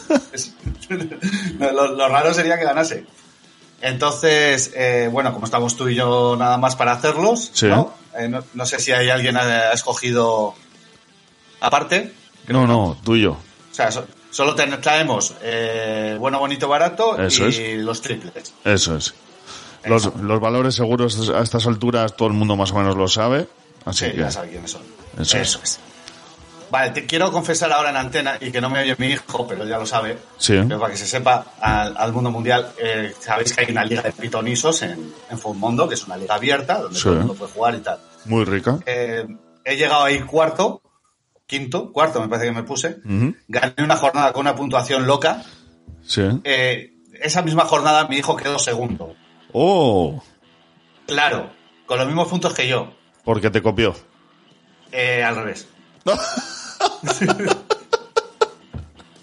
lo, lo raro sería que ganase. Entonces, eh, bueno, como estamos tú y yo nada más para hacerlos,
sí.
¿no? Eh, no, no sé si hay alguien ha escogido aparte.
No, no, tú y yo.
O sea, so, solo te, traemos eh, bueno, bonito, barato.
Eso
y
es.
Los triples.
Eso es. Los, los valores seguros a estas alturas todo el mundo más o menos lo sabe. Así
sí,
que...
ya sabe quiénes son.
Eso,
Eso
es.
es. Vale, te quiero confesar ahora en antena, y que no me oye mi hijo, pero ya lo sabe,
sí.
Pero para que se sepa al, al mundo mundial, eh, sabéis que hay una liga de pitonisos en, en Futmundo, que es una liga abierta, donde sí. Todo el mundo puede jugar y tal.
Muy rica.
Eh, he llegado ahí cuarto, quinto, cuarto me parece que me puse, uh-huh. Gané una jornada con una puntuación loca.
Sí.
Eh, esa misma jornada mi hijo quedó segundo.
¡Oh!
Claro, con los mismos puntos que yo.
¿Porque te copió?
Eh, al revés.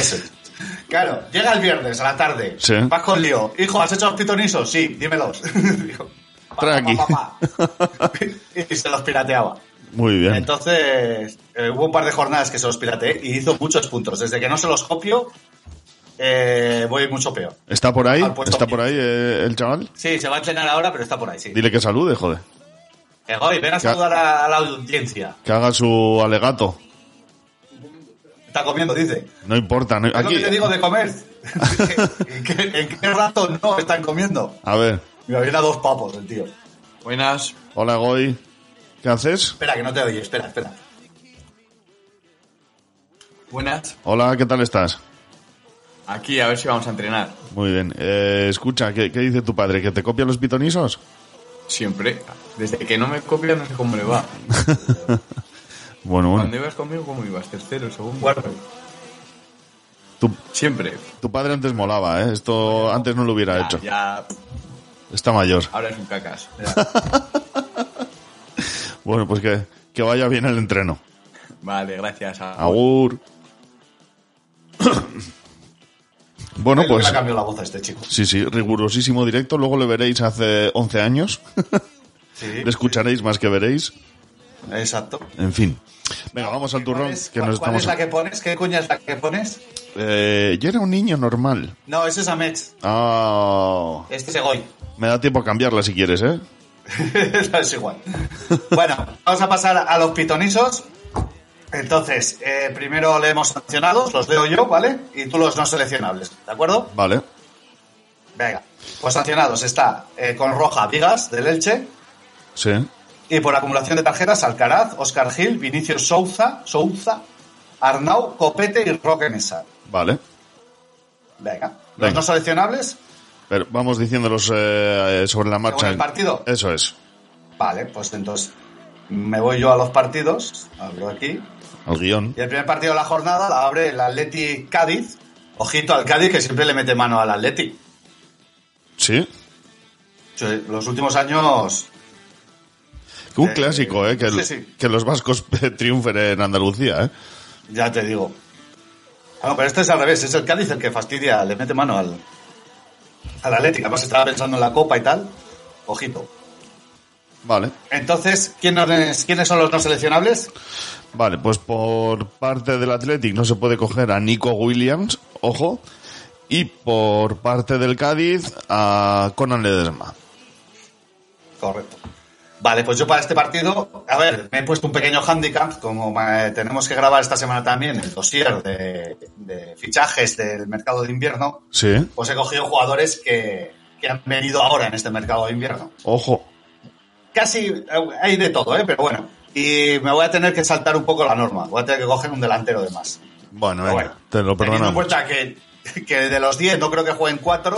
Eso es. Claro, llega el viernes a la tarde,
sí.
Vas con lío. Hijo, ¿has hecho los pitonisos? Sí, dímelos. Digo,
trae aquí.
Pa, pa, pa. Y se los pirateaba.
Muy bien.
Entonces, eh, hubo un par de jornadas que se los pirateé y hizo muchos puntos. Desde que no se los copio, eh, voy mucho peor.
¿Está por ahí? ¿Está por ahí eh, el chaval?
Sí, se va a entrenar ahora, pero está por ahí, sí.
Dile que salude, joder.
Eh, Goy, ven a saludar a, a la audiencia.
Que haga su alegato.
Está comiendo, dice.
No importa. No,
es
aquí...
lo que te digo de comer. ¿En, qué, ¿En qué rato no están comiendo?
A ver.
Me viene a dos papos el tío.
Buenas.
Hola, Goy. ¿Qué haces?
Espera, que no te oye. Espera, espera.
Buenas.
Hola, ¿qué tal estás?
Aquí, a ver si vamos a entrenar.
Muy bien. Eh, escucha, ¿qué, ¿qué dice tu padre? ¿Que te copia los pitonisos?
Siempre. Desde que no me copia no sé cómo le va.
Bueno, bueno.
Cuando ibas conmigo, ¿cómo ibas? Tercero, segundo.
Bueno.
Tu,
Siempre.
Tu padre antes molaba, ¿eh? Esto bueno, antes no lo hubiera
ya,
hecho.
Ya.
Está mayor.
Ahora es un cacas.
Bueno, pues que, que vaya bien el entreno.
Vale, gracias. A...
Agur. Bueno, pues...
Le ha cambiado la voz a este chico.
Sí, sí, rigurosísimo directo. Luego le veréis hace once años.
Sí,
le escucharéis sí. más que veréis.
Exacto.
En fin. Venga, vamos al turrón.
Es,
que
¿Cuál,
nos
¿cuál
estamos...
es la que pones? ¿Qué cuña es la que pones?
Eh, yo era un niño normal.
No, ese es Amets.
Oh.
Este es Egoy.
Me da tiempo a cambiarla si quieres, ¿eh?
Es igual. Bueno, vamos a pasar a los pitonisos. Entonces, eh, primero leemos sancionados, los leo yo, ¿vale? Y tú los no seleccionables, ¿de acuerdo?
Vale.
Venga, pues sancionados está eh, con roja Vigas, del Elche.
Sí.
Y por acumulación de tarjetas, Alcaraz, Óscar Gil, Vinicius Souza, Souza, Arnau, Copete y Roque Mesa.
Vale.
Venga. Los
Venga.
no seleccionables.
Pero vamos diciéndolos eh, sobre la marcha.
¿Según el partido?
Eso es.
Vale, pues entonces me voy yo a los partidos. Abro aquí.
Al guión.
Y el primer partido de la jornada la abre el Atleti Cádiz. Ojito al Cádiz, que siempre le mete mano al Atleti.
¿Sí?
Sí, los últimos años...
Un
eh,
clásico, ¿eh? Que,
sí,
el,
sí.
que los vascos triunfen en Andalucía, ¿eh?
Ya te digo. Bueno, pero este es al revés. Es el Cádiz el que fastidia, le mete mano al, al Atleti. Además estaba pensando en la Copa y tal. Ojito.
Vale.
Entonces, ¿quiénes, ¿quiénes son los no seleccionables?
Vale, pues por parte del Athletic no se puede coger a Nico Williams, ojo, y por parte del Cádiz a Conan Ledesma.
Correcto. Vale, pues yo para este partido, a ver, me he puesto un pequeño handicap, como eh, tenemos que grabar esta semana también el dossier de, de fichajes del mercado de invierno,
Sí.
pues he cogido jugadores que, que han venido ahora en este mercado de invierno.
Ojo.
Casi eh, hay de todo, ¿eh? Pero bueno. Y me voy a tener que saltar un poco la norma. Voy a tener que coger un delantero de más.
Bueno,
Pero
venga,
bueno,
te lo
teniendo en
perdonamos.
cuenta que, que de los diez no creo que jueguen cuatro,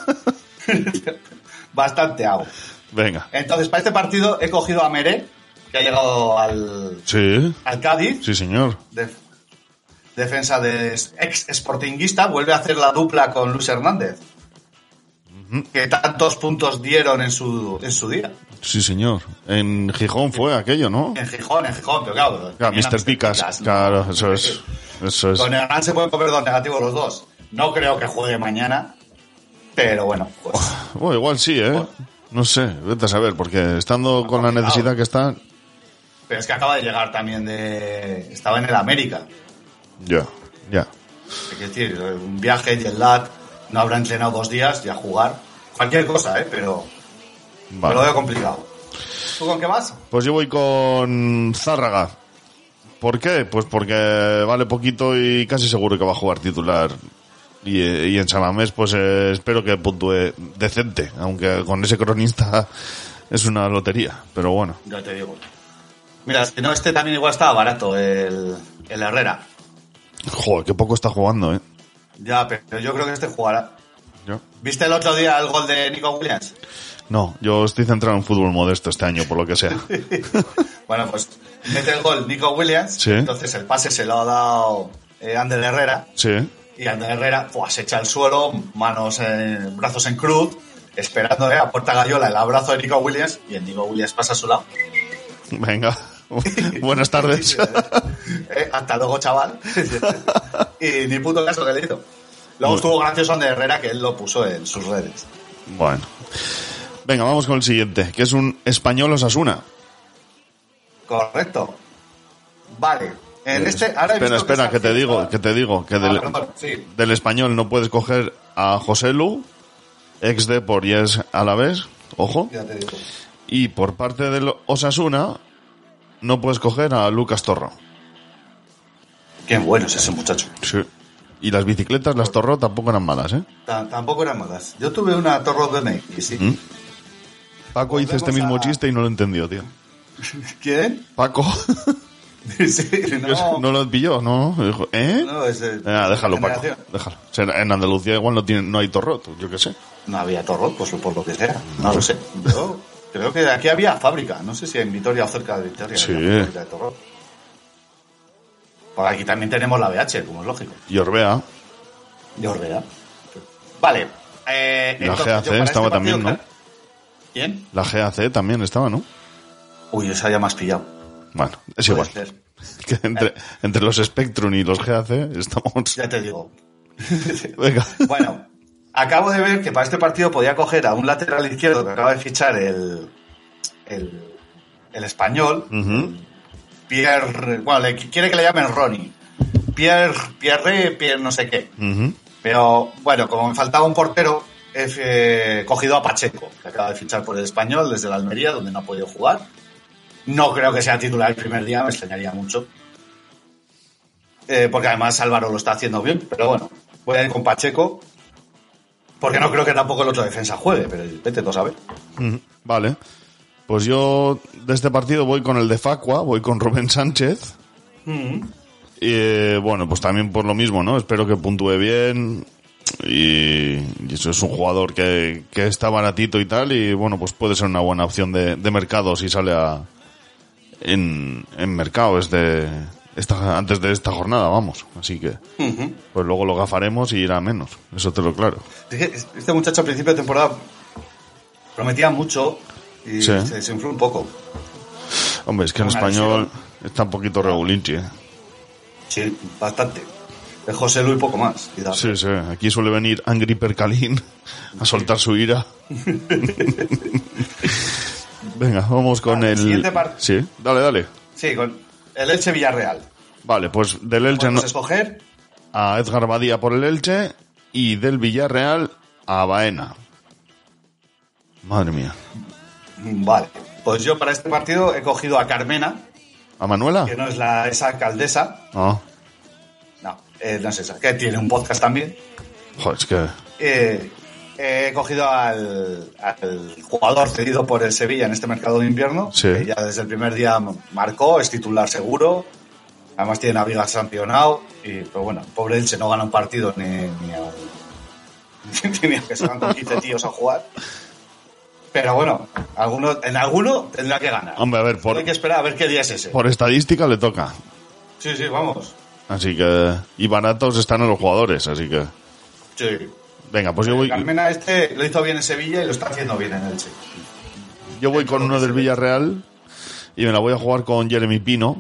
bastante hago.
Venga.
Entonces, para este partido he cogido a Meré, que ha llegado al,
Sí.
al Cádiz.
Sí, señor.
De, defensa de ex sportinguista. Vuelve a hacer la dupla con Luis Hernández. Uh-huh. Que tantos puntos dieron en su, en su día.
Sí, señor. En Gijón fue aquello, ¿no?
En Gijón, en Gijón, pero claro.
Claro, mister Picas. Picas ¿no? Claro, eso es. Eso es.
Con Hernán se pueden comer dos negativos los dos. No creo que juegue mañana, pero bueno. Pues,
bueno, igual sí, ¿eh? Pues, no sé, vete a saber, porque estando con la necesidad que está...
Pero es que acaba de llegar también de... Estaba en el América.
Ya, ya.
Es decir, un viaje y el L A T, no habrá entrenado dos días y a jugar. Cualquier cosa, ¿eh? Pero... Vale. Me lo veo complicado. ¿Tú con qué vas?
Pues yo voy con Zárraga. ¿Por qué? Pues porque vale poquito y casi seguro que va a jugar titular. Y, y en Samamés pues eh, espero que puntúe decente, aunque con ese cronista es una lotería, pero bueno.
Ya te digo. Mira, si no, este también igual estaba barato, el, el Herrera.
Joder, qué poco está jugando, ¿eh?
Ya, pero yo creo que este jugará.
¿Yo?
¿Viste el otro día el gol de Nico Williams?
No, yo estoy centrado en fútbol modesto este año, por lo que sea.
Bueno, pues mete el gol Nico Williams,
sí.
Entonces el pase se lo ha dado eh, Ander Herrera.
Sí.
Y Ander Herrera pues, se echa al suelo, manos en, brazos en cruz, esperando eh, a puerta gallola el abrazo de Nico Williams, y el Nico Williams pasa a su lado.
Venga, buenas tardes.
Eh, hasta luego, chaval. Y ni puto caso que le hizo. Luego estuvo gracioso de Herrera, que él lo puso en sus redes.
Bueno. Venga, vamos con el siguiente, que es un Español Osasuna.
Correcto. Vale. En este, ahora he
espera,
visto
espera,
que,
que te digo, que te digo, que del,
ah, perdón, sí.
del Español no puedes coger a José Lu, ex Depor y es Alavés, ojo.
Ya te digo.
Y por parte del Osasuna no puedes coger a Lucas Torro.
Qué bueno es ese muchacho.
Sí. Y las bicicletas, las Torro, tampoco eran malas, ¿eh?
T- tampoco eran malas. Yo tuve una Torro B M X, sí.
¿Mm? Paco hizo este mismo
a...
chiste y no lo entendió, tío.
¿Quién?
Paco.
Sí, no.
No lo pilló, ¿no? Dijo, ¿eh?
No, es de,
ah, déjalo, Paco.
generación.
Déjalo. O sea, en Andalucía igual no, tiene, no hay Torrot, yo qué sé.
No había Torrot, pues por lo que sea. No lo sé. Yo creo que aquí había fábrica. No sé si en Vitoria o cerca de Vitoria.
Sí.
Había fábrica de Torrot. Por aquí también tenemos la B H, como es lógico.
Y Orbea.
De Orbea. Vale. Eh,
Y la
entonces,
G A C
yo para
estaba
este partido,
también, ¿no?
¿Quién?
La G A C también estaba, ¿no?
Uy, esa ya me has pillado.
Bueno, es
Puede
igual.
ser.
Que entre,
Eh.
entre los Spectrum y los G A C estamos...
Ya te digo.
Venga.
Bueno, acabo de ver que para este partido podía coger a un lateral izquierdo que acaba de fichar el, el, el español.
Uh-huh.
Pierre, bueno, le, quiere que le llamen Ronnie. Pierre, Pierre, Pierre no sé qué.
Uh-huh.
Pero bueno, como me faltaba un portero, he eh, cogido a Pacheco, que acaba de fichar por el español desde la Almería, donde no ha podido jugar. No creo que sea titular el primer día, me extrañaría mucho. Eh, porque además Álvaro lo está haciendo bien, pero bueno, voy a ir con Pacheco, porque no creo que tampoco el otro defensa juegue, pero vete tú a saber.
Uh-huh. Vale. Pues yo de este partido voy con el de Facua, voy con Rubén Sánchez.
Mm.
Y eh, bueno, pues también por lo mismo, ¿no? Espero que puntúe bien. Y, y eso es un jugador que, que está baratito y tal. Y bueno, pues puede ser una buena opción de, de mercado si sale a, en, en mercado es de esta, antes de esta jornada, vamos. Así que
Uh-huh.
pues luego lo gafaremos y irá menos. Eso te lo claro.
Este muchacho a principio de temporada prometía mucho y
Sí.
se desinfló un poco.
Hombre, es que en
Una
español está un poquito regulinchi, ¿eh?
Sí, bastante. Es José Luis poco más. Cuidado.
Sí, sí. Aquí suele venir Angry Percalín a soltar su ira. Venga, vamos con
Vale,
el...
siguiente part-
Sí, dale, dale.
Sí, con el Elche Villarreal.
Vale, pues del Elche
Podemos
no-
escoger
a Edgar Badía por el Elche y del Villarreal a Baena. Madre mía.
Vale, pues yo para este partido he cogido a Carmena,
¿A Manuela?
que no es la esa alcaldesa,
Ah,
no, eh, no es esa, que tiene un podcast también.
joder, es que...
Eh, he cogido al, al jugador cedido por el Sevilla en este mercado de invierno,
Sí.
que ya desde el primer día marcó, es titular seguro, además tiene a Vigas campeonado, y pues bueno, pobre Elche no gana un partido ni, ni a, ni a que se van con quince tíos a jugar. Pero bueno, alguno, en alguno tendrá que ganar.
Hombre, a ver, por,
Solo hay que esperar a ver qué día es ese.
por estadística le toca.
Sí, sí, vamos.
Así que... Y baratos están en los jugadores, así que...
Sí.
Venga, pues yo voy...
Carmena este lo hizo bien en Sevilla y lo está haciendo bien en Elche.
Yo voy con uno del Villarreal y me la voy a jugar con Jeremy Pino,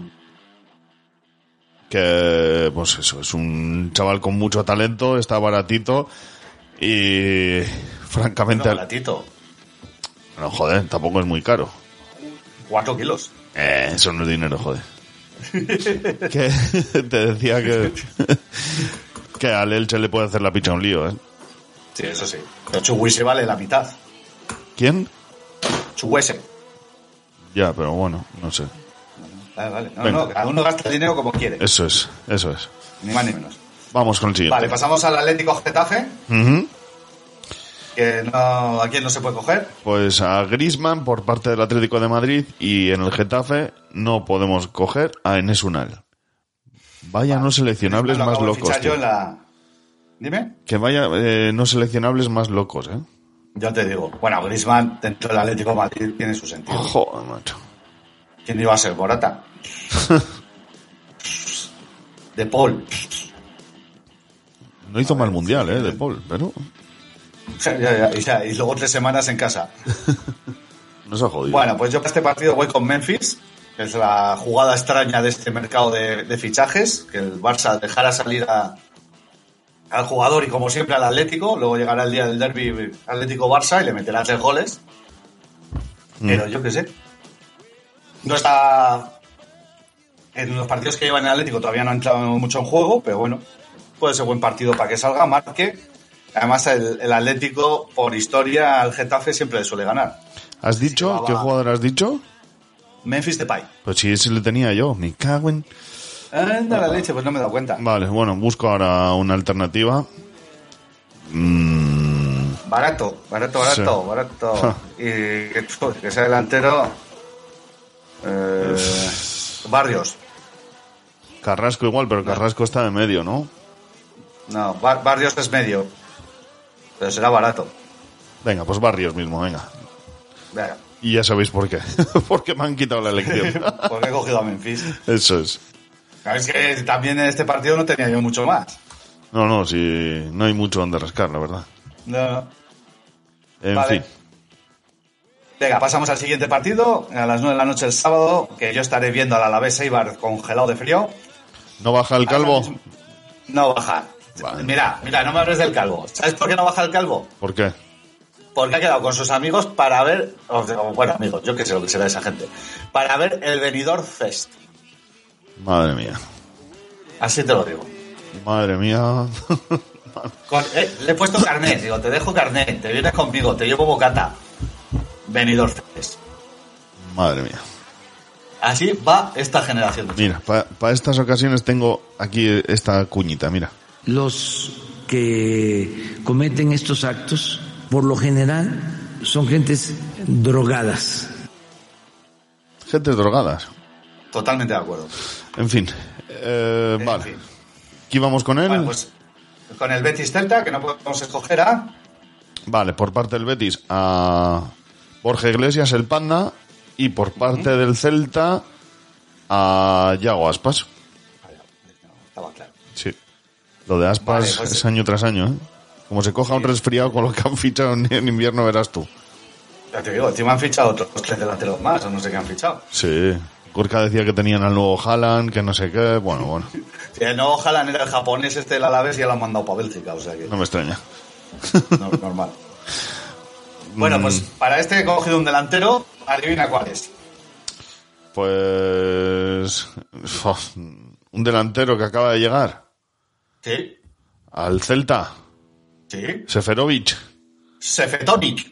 que pues eso, es un chaval con mucho talento, está baratito y francamente...
No, baratito.
No, joder, tampoco es muy caro.
Cuatro kilos.
Eh, eso no es dinero, joder. Que te decía que que al Elche le puede hacer la picha un lío, ¿eh?
Sí, eso sí. Pero Chuguese vale la mitad.
¿Quién?
Chuguese.
Ya, pero bueno, no sé.
Vale, vale. No,
Venga.
no, cada uno gasta el dinero como quiere.
Eso es, eso es.
Ni más ni menos.
Vamos con el siguiente.
Vale, pasamos al Atlético Getafe,
Ujú.
que no, ¿a quién no se puede coger?
Pues a Griezmann por parte del Atlético de Madrid y en el Getafe no podemos coger a Enes Unal. Vaya no seleccionables
Lo
más
acabo de
locos,
fichar yo
tío.
en la... Dime.
Que vaya eh, no seleccionables más locos, ¿eh?
Yo te digo. Bueno, Griezmann dentro del Atlético de Madrid tiene su sentido.
Joder, macho.
¿Quién iba a ser? Morata. De Paul.
No hizo mal mundial, ¿eh? De Paul, pero
Ya, ya, ya, ya, y luego tres semanas en casa.
no se ha jodido.
Bueno, pues yo para este partido voy con Memphis, Es la jugada extraña de este mercado de, de fichajes, que el Barça dejara salir a, al jugador y como siempre al Atlético, luego llegará el día del derbi Atlético-Barça y le meterá tres goles. Mm. Pero yo qué sé. No está... En los partidos que lleva en el Atlético todavía no ha entrado mucho en juego, pero bueno, puede ser buen partido para que salga, marque. Además, el, el Atlético, por historia, al Getafe siempre le suele ganar.
¿Has dicho? Llevaba... ¿Qué jugador has dicho?
Memphis Depay.
Pues sí, ese le tenía yo. Me cago en...
Anda la leche, pues no me he dado cuenta.
Vale, bueno, busco ahora una alternativa. Mm.
Barato, barato, barato, sí. barato. Y que, que sea delantero... Eh, Barrios.
Carrasco igual, pero Carrasco está de medio, ¿no?
No, Bar- Barrios es medio. Pero será barato.
Venga, pues Barrios mismo, venga.
Venga.
Y ya sabéis por qué. Porque me han quitado la elección.
Porque he cogido a Memphis.
Eso es.
Sabes que también en este partido no tenía yo mucho más.
No, no, sí, no hay mucho donde rascar, la verdad.
No.
En
vale.
fin.
Venga, pasamos al siguiente partido, a las nueve de la noche el sábado, que yo estaré viendo al Alavés Eibar congelado de frío.
¿No baja el calvo?
No baja. Vale. Mira, mira, no me hables del calvo. ¿Sabes por qué no baja el calvo?
¿Por qué?
Porque ha quedado con sus amigos para ver, bueno, amigos, yo qué sé lo que será esa gente, para ver el Benidorm Fest.
Madre mía.
Así te lo digo.
Madre mía.
Con, eh, le he puesto carnet, digo, te dejo carnet, te vienes conmigo, te llevo bocata. Benidorm Fest.
Madre mía.
Así va esta generación.
Mira, para pa estas ocasiones tengo aquí esta cuñita, mira.
Los que cometen estos actos, por lo general, son gentes drogadas.
Gentes drogadas.
Totalmente de acuerdo.
En fin, eh, en vale. Fin. ¿Aquí vamos con él?
Vale, pues con el Betis Celta, que no podemos escoger a...
Vale, por parte del Betis a Borja Iglesias, el Panda, y por parte uh-huh. del Celta a Yago Aspas.
Estaba claro.
Sí. Lo de Aspas vale, pues... es año tras año, ¿eh? Como se coja sí. un resfriado con lo que han fichado en invierno, verás tú.
Ya te digo, encima han fichado otros tres delanteros más, o no sé qué han fichado.
Sí. Gorka decía que tenían al nuevo Haaland, que no sé qué, bueno, bueno.
Sí, el nuevo Haaland era el japonés este del Alavés y ya lo han mandado para Bélgica, o sea que...
No me extraña.
No, normal. Bueno, pues para este he cogido un delantero, adivina cuál es.
Pues... un delantero que acaba de llegar.
Sí.
Al Celta.
Sí.
Seferovic.
Sefetovic.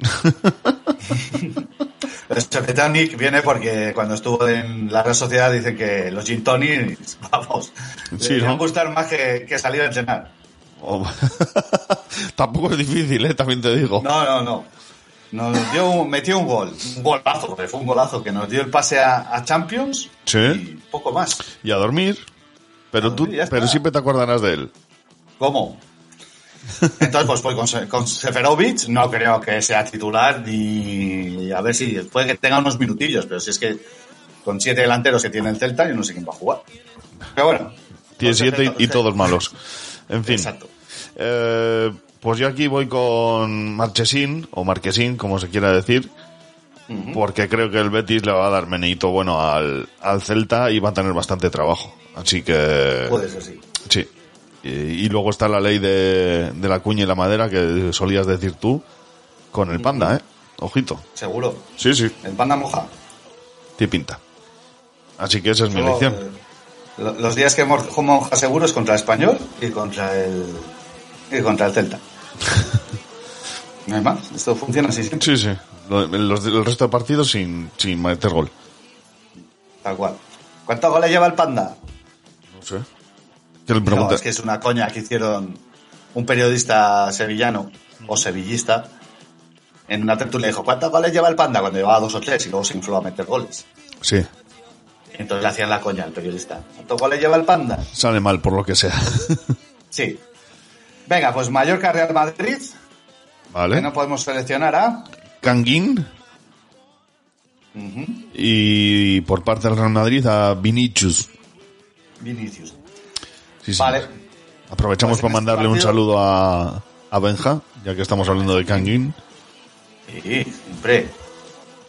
Sefetovic viene porque cuando estuvo en la Real Sociedad dicen que los gin tonics, vamos,
sí,
le
¿no?
van a gustar más que, que salir a entrenar.
Oh. Tampoco es difícil, ¿eh? También te digo.
No, no, no. Nos dio un, metió un gol, un golazo, porque fue un golazo que nos dio el pase a, a Champions.
Sí.
Y poco más.
Y a dormir. Pero a dormir, tú, pero siempre te acordarás de él.
¿Cómo? Entonces, pues, pues con, con Seferovic no creo que sea titular ni a ver si puede que tenga unos minutillos, pero si es que con siete delanteros que tiene el Celta, yo no sé quién va a jugar. Pero bueno.
Tiene siete y, y todos malos. En fin.
Exacto.
Eh, pues yo aquí voy con Marchesín, o Marquesín, como se quiera decir, uh-huh. porque creo que el Betis le va a dar meneíto bueno al, al Celta y va a tener bastante trabajo. Así que...
Puede ser, sí.
Sí. Y, y luego está la ley de, de la cuña y la madera que solías decir tú con el Panda, ¿eh? Ojito.
¿Seguro?
Sí, sí.
El Panda moja.
Tiene pinta. Así que esa es mi
Solo,
elección.
Eh, los días que moja seguro es contra el Español y contra el y contra el Celta. No hay más. Esto funciona así siempre.
Sí, sí. Los, los, el resto de partidos sin, sin meter gol.
Tal cual. ¿Cuántos goles lleva el Panda?
No sé. ¿Qué le pregunta?
No, es que es una coña que hicieron un periodista sevillano o sevillista en una tertulia. Dijo, ¿cuántos goles lleva el Panda? Cuando llevaba dos o tres y luego se infló a meter goles.
Sí.
Entonces le hacían la coña al periodista. ¿Cuántos goles lleva el Panda?
Sale mal por lo que sea.
Sí. Venga, pues Mallorca Real Madrid.
Vale.
Que no podemos seleccionar a
Canguín.
Uh-huh.
Y por parte del Real Madrid a Vinicius.
Vinicius.
Sí, sí.
Vale.
Aprovechamos pues para mandarle este partido... un saludo a, a Benja, ya que estamos hablando de Canguín.
Sí, siempre.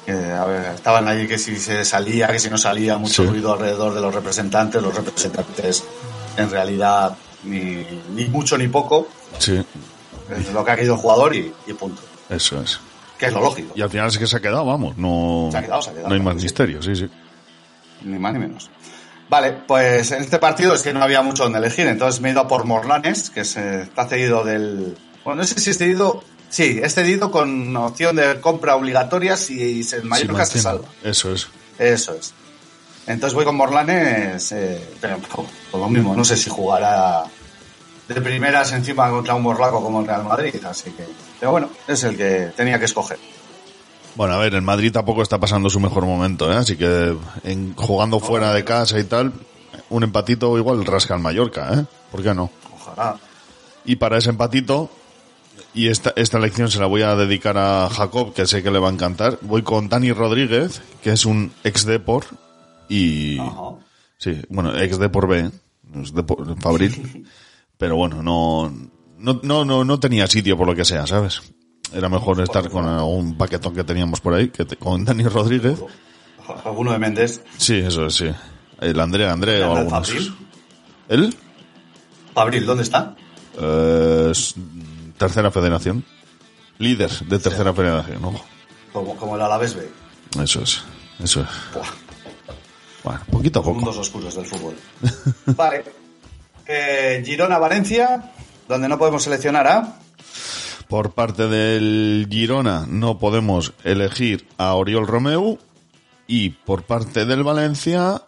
Que, a ver, estaban allí que si se salía, que si no salía, mucho
Sí.
ruido alrededor de los representantes. Los representantes, en realidad, ni, ni mucho ni poco.
Sí,
Es lo que ha querido el jugador y, y punto.
eso es.
Que es lo lógico.
Y al final es que se ha quedado, vamos, no,
Se ha quedado, se ha quedado,
no hay
claro
más
que sí.
misterio, sí, sí.
Ni más ni menos. Vale, pues en este partido es que no había mucho donde elegir, entonces me he ido a por Morlanes, que se está cedido del... Bueno, no sé si es cedido... Sí, es cedido con opción de compra obligatoria si el Mallorca
Sí,
se salva.
mantiene. Eso es.
Eso es. Entonces voy con Morlanes, eh, pero por lo mismo, no sé si jugará de primeras encima contra un morlaco como el Real Madrid, así que... Pero bueno, es el que tenía que escoger.
Bueno, a ver, el Madrid tampoco está pasando su mejor momento, ¿eh? Así que en, jugando fuera de casa y tal, un empatito igual rasca al Mallorca, ¿eh? ¿Por qué no?
Ojalá.
Y para ese empatito, y esta, esta lección se la voy a dedicar a Jacob, que sé que le va a encantar, voy con Dani Rodríguez, que es un ex-Depor, y...
Ajá.
Sí, bueno, ex-Depor B, es Depor Fabril, pero bueno, no, no, no, no, no tenía sitio por lo que sea, ¿sabes? Era mejor estar con un paquetón que teníamos por ahí, que te, con Dani Rodríguez.
Alguno de Méndez.
Sí, eso es, sí. El André, André o
¿El
algunos.
Fabril?
¿Él?
Fabril, ¿dónde está?
Eh, es tercera federación. Líder de tercera federación, ojo.
Como, como el Alavés B.
Eso es, eso es.
Buah.
Bueno, poquito a poco.
Mundos oscuros del fútbol. Vale. Eh, Girona-Valencia, donde no podemos seleccionar a...
Por parte del Girona no podemos elegir a Oriol Romeu y por parte del Valencia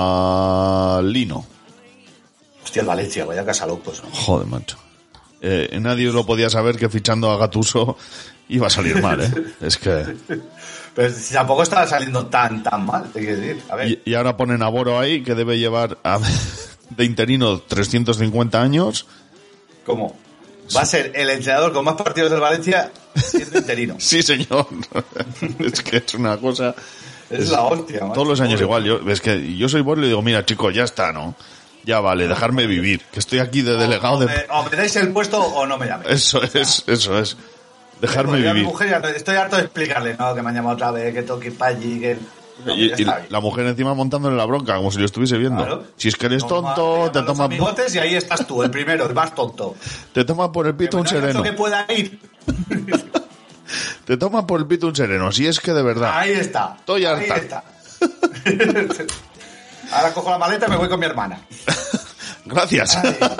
a Lino.
Hostia, el Valencia, vaya casa locos, ¿no?
Joder, macho. Eh, nadie lo podía saber que fichando a Gattuso iba a salir mal, ¿eh? Es que...
Pero si tampoco estaba saliendo tan, tan mal, te quiero decir. A ver.
Y, y ahora ponen a Boro ahí, que debe llevar a, de interino trescientos cincuenta años.
¿Cómo? Va a ser el entrenador con más partidos del Valencia siendo interino.
Sí, señor. Es que es una cosa...
Es, es la hostia, macho.
Todos los años igual. Yo, es que yo soy Boro y le digo, mira, chicos, ya está, ¿no? Ya vale, dejarme vivir, que estoy aquí de delegado
o,
de...
me, o me dais el puesto o no me llaméis.
Eso es, eso es. Dejarme
pues,
vivir.
A mi mujer ya estoy harto de explicarle, ¿no? Que me han llamado otra vez, que tengo que ir para allí, que... No,
y, y la mujer encima montándole la bronca, como si lo estuviese viendo. Claro. Si es que eres toma, tonto, te toma...
bigotes y ahí estás tú, el primero, el más tonto.
Te toma por el pito un sereno.
Que pueda ir.
Te toma por el pito un sereno, si es que de verdad.
Ahí está.
Estoy
ahí
harta.
Está. Ahora cojo la maleta y me voy con mi hermana.
Gracias.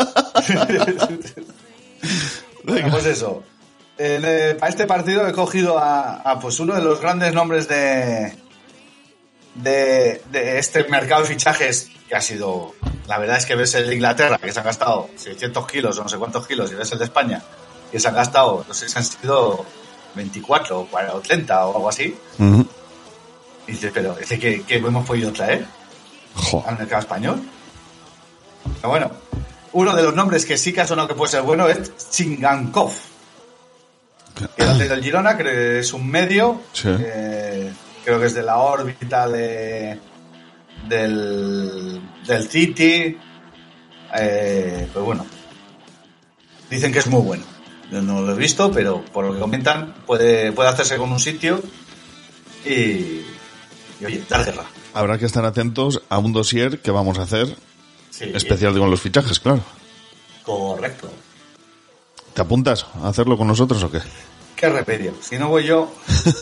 Bueno, pues eso. Eh, para este partido he cogido a, a pues uno de los grandes nombres de, de de este mercado de fichajes, que ha sido, la verdad es que ves el de Inglaterra, que se han gastado seiscientos kilos o no sé cuántos kilos, y ves el de España, que se han gastado, no sé si han sido veinticuatro o cuarenta o treinta o algo así.
Uh-huh.
Y dices, pero dice que, que hemos podido traer
jo.
al mercado español. Pero bueno, uno de los nombres que sí que ha sonado que puede ser bueno es Chingankov, que era del Girona, creo que es un medio,
sí.
eh, creo que es de la órbita de del, del City, eh, pues bueno, dicen que es muy bueno. Yo no lo he visto, pero por lo que comentan puede, puede hacerse con un sitio y, y oye, dar guerra.
Habrá que estar atentos a un dossier que vamos a hacer,
sí,
especial con los fichajes, claro.
Correcto.
¿Te apuntas a hacerlo con nosotros o qué?
Qué remedio. Si no voy yo...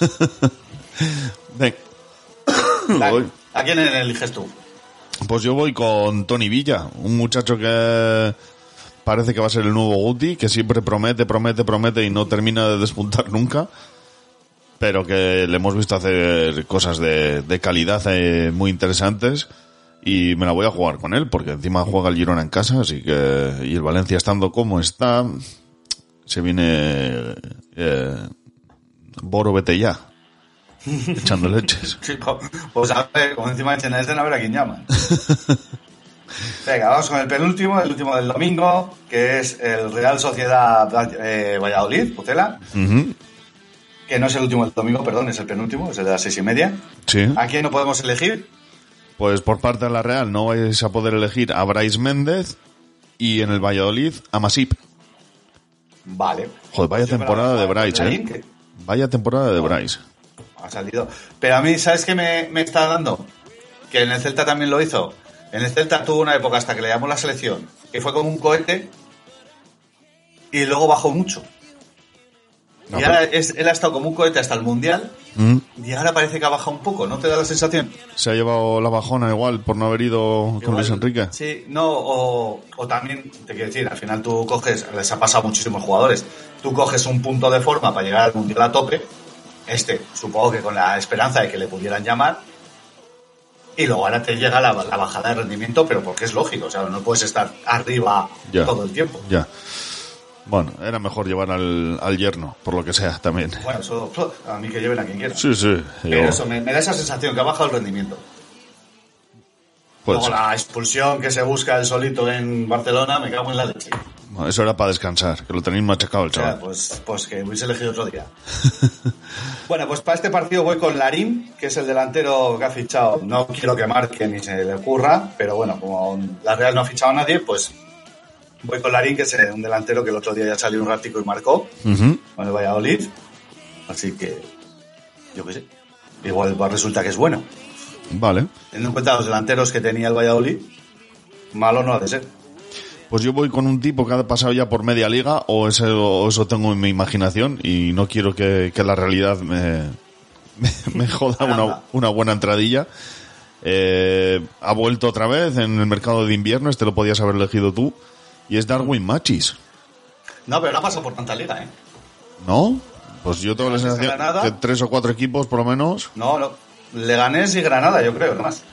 Ven.
Voy. ¿A quién eliges tú?
Pues yo voy con Tony Villa, un muchacho que parece que va a ser el nuevo Guti, que siempre promete, promete, promete y no termina de despuntar nunca, pero que le hemos visto hacer cosas de, de calidad eh, muy interesantes y me la voy a jugar con él, porque encima juega el Girona en casa, así que, y el Valencia estando como está, se viene eh, Boro, vete ya. Echando leches.
Sí, pues a ver, como encima de este, a ver a quién llaman. Venga, vamos con el penúltimo, el último del domingo, que es el Real Sociedad eh, Valladolid, Pucela.
Uh-huh.
Que no es el último del domingo, perdón, es el penúltimo, es el de las seis y media.
Sí.
¿A quién no podemos elegir?
Pues por parte de la Real no vais a poder elegir a Brais Méndez y en el Valladolid a Masip.
Vale.
Joder, vaya
pues
temporada de Brais, ¿eh?
Que...
Vaya temporada de Brais.
ha salido. Pero a mí, ¿sabes qué me, me está dando? Que en el Celta también lo hizo. En el Celta tuvo una época hasta que le llamó la selección, que fue como un cohete y luego bajó mucho. No, y ahora pero... es, él ha estado como un cohete hasta el Mundial ¿Mm? y ahora parece que ha bajado un poco, ¿no te da la sensación?
Se ha llevado la bajona igual por no haber ido igual, con Luis Enrique.
Sí, no, o, o también, te quiero decir, al final tú coges, les ha pasado a muchísimos jugadores, tú coges un punto de forma para llegar al Mundial a tope, este, supongo que con la esperanza de que le pudieran llamar, y luego ahora te llega la, la bajada de rendimiento, pero porque es lógico, o sea, no puedes estar arriba ya, todo el tiempo.
Ya. Bueno, era mejor llevar al, al yerno, por lo que sea, también.
Bueno, eso, a mí que lleven a quien quiera.
Sí, sí.
Pero yo... eso, me, me da esa sensación que ha bajado el rendimiento.
Pues
luego la expulsión que se busca el solito en Barcelona, me cago en la leche.
Bueno, eso era para descansar, que lo tenéis machacado el chaval.
O sea, pues, pues que hubiese elegido otro día. Bueno, pues para este partido voy con Larín, que es el delantero que ha fichado. No quiero que marque ni se le ocurra, pero bueno, como la Real no ha fichado a nadie, pues voy con Larín, que es un delantero que el otro día ya salió un ratico y marcó uh-huh. con el Valladolid. Así que, yo qué sé, igual resulta que es bueno.
Vale.
Teniendo en cuenta los delanteros que tenía el Valladolid, malo no ha de ser.
Pues yo voy con un tipo que ha pasado ya por media liga, o eso, o eso tengo en mi imaginación, y no quiero que, que la realidad me, me, me joda una, una buena entradilla. Eh, ha vuelto otra vez en el mercado de invierno, este lo podías haber elegido tú, y es Darwin Machis.
No, pero no ha pasado por tanta liga, ¿eh?
¿No? Pues yo tengo la sensación que tres o cuatro equipos, por lo menos.
No, no. Leganés y Granada, yo creo, nomás.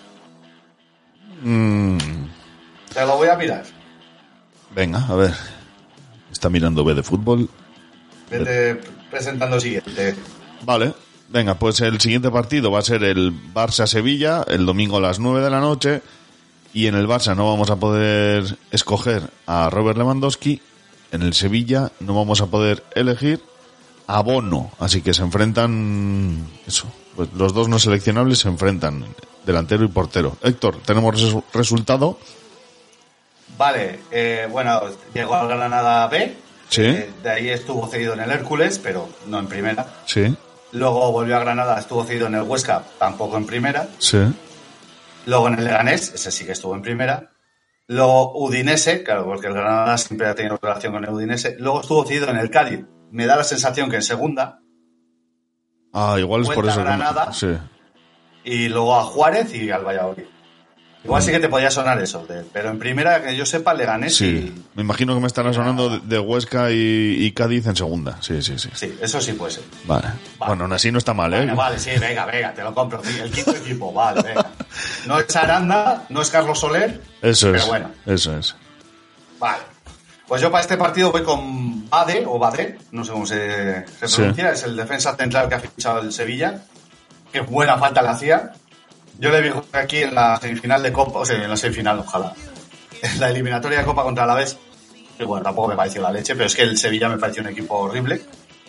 Mm.
Te lo voy a mirar.
Venga, a ver. Está mirando B de fútbol.
Vete presentando el siguiente.
Vale. Venga, pues el siguiente partido va a ser el Barça-Sevilla, el domingo a las nueve de la noche. Y en el Barça no vamos a poder escoger a Robert Lewandowski. En el Sevilla no vamos a poder elegir a Bono. Así que se enfrentan... Eso. Pues los dos no seleccionables se enfrentan. Delantero y portero. Héctor, ¿tenemos res- resultado?
Vale, eh, bueno, llegó al Granada B,
sí.
eh, de ahí estuvo cedido en el Hércules, pero no en primera.
Sí.
Luego volvió a Granada, estuvo cedido en el Huesca, tampoco en primera.
Sí.
Luego en el Leganés, ese sí que estuvo en primera. Luego Udinese, claro, porque el Granada siempre ha tenido relación con el Udinese. Luego estuvo cedido en el Cádiz. Me da la sensación que en segunda.
Ah, igual es por eso.
A Granada,
que... Sí.
Y luego a Juárez y al Valladolid. Igual sí que te podía sonar eso, de, pero en primera, que yo sepa, Leganés
sí.
y...
Me imagino que me estará sonando de, de Huesca y, y Cádiz en segunda. Sí, sí, sí.
Sí, eso sí puede ser.
Vale. vale. Bueno, así no está mal, ¿eh?
Bueno, vale, sí, venga, venga, te lo compro. El quinto equipo, vale, venga. No es Aranda, no es Carlos Soler.
Eso
pero
es.
bueno.
Eso es.
Vale. Pues yo para este partido voy con Bade, o Bade, no sé cómo se, se pronuncia, sí. Es el defensa central que ha fichado el Sevilla. Qué buena falta le hacía. Yo le vi aquí en la semifinal de Copa, o sea, en la semifinal, ojalá. En la eliminatoria de Copa contra el Alavés. Que bueno, tampoco me pareció la leche, pero es que el Sevilla me pareció un equipo horrible.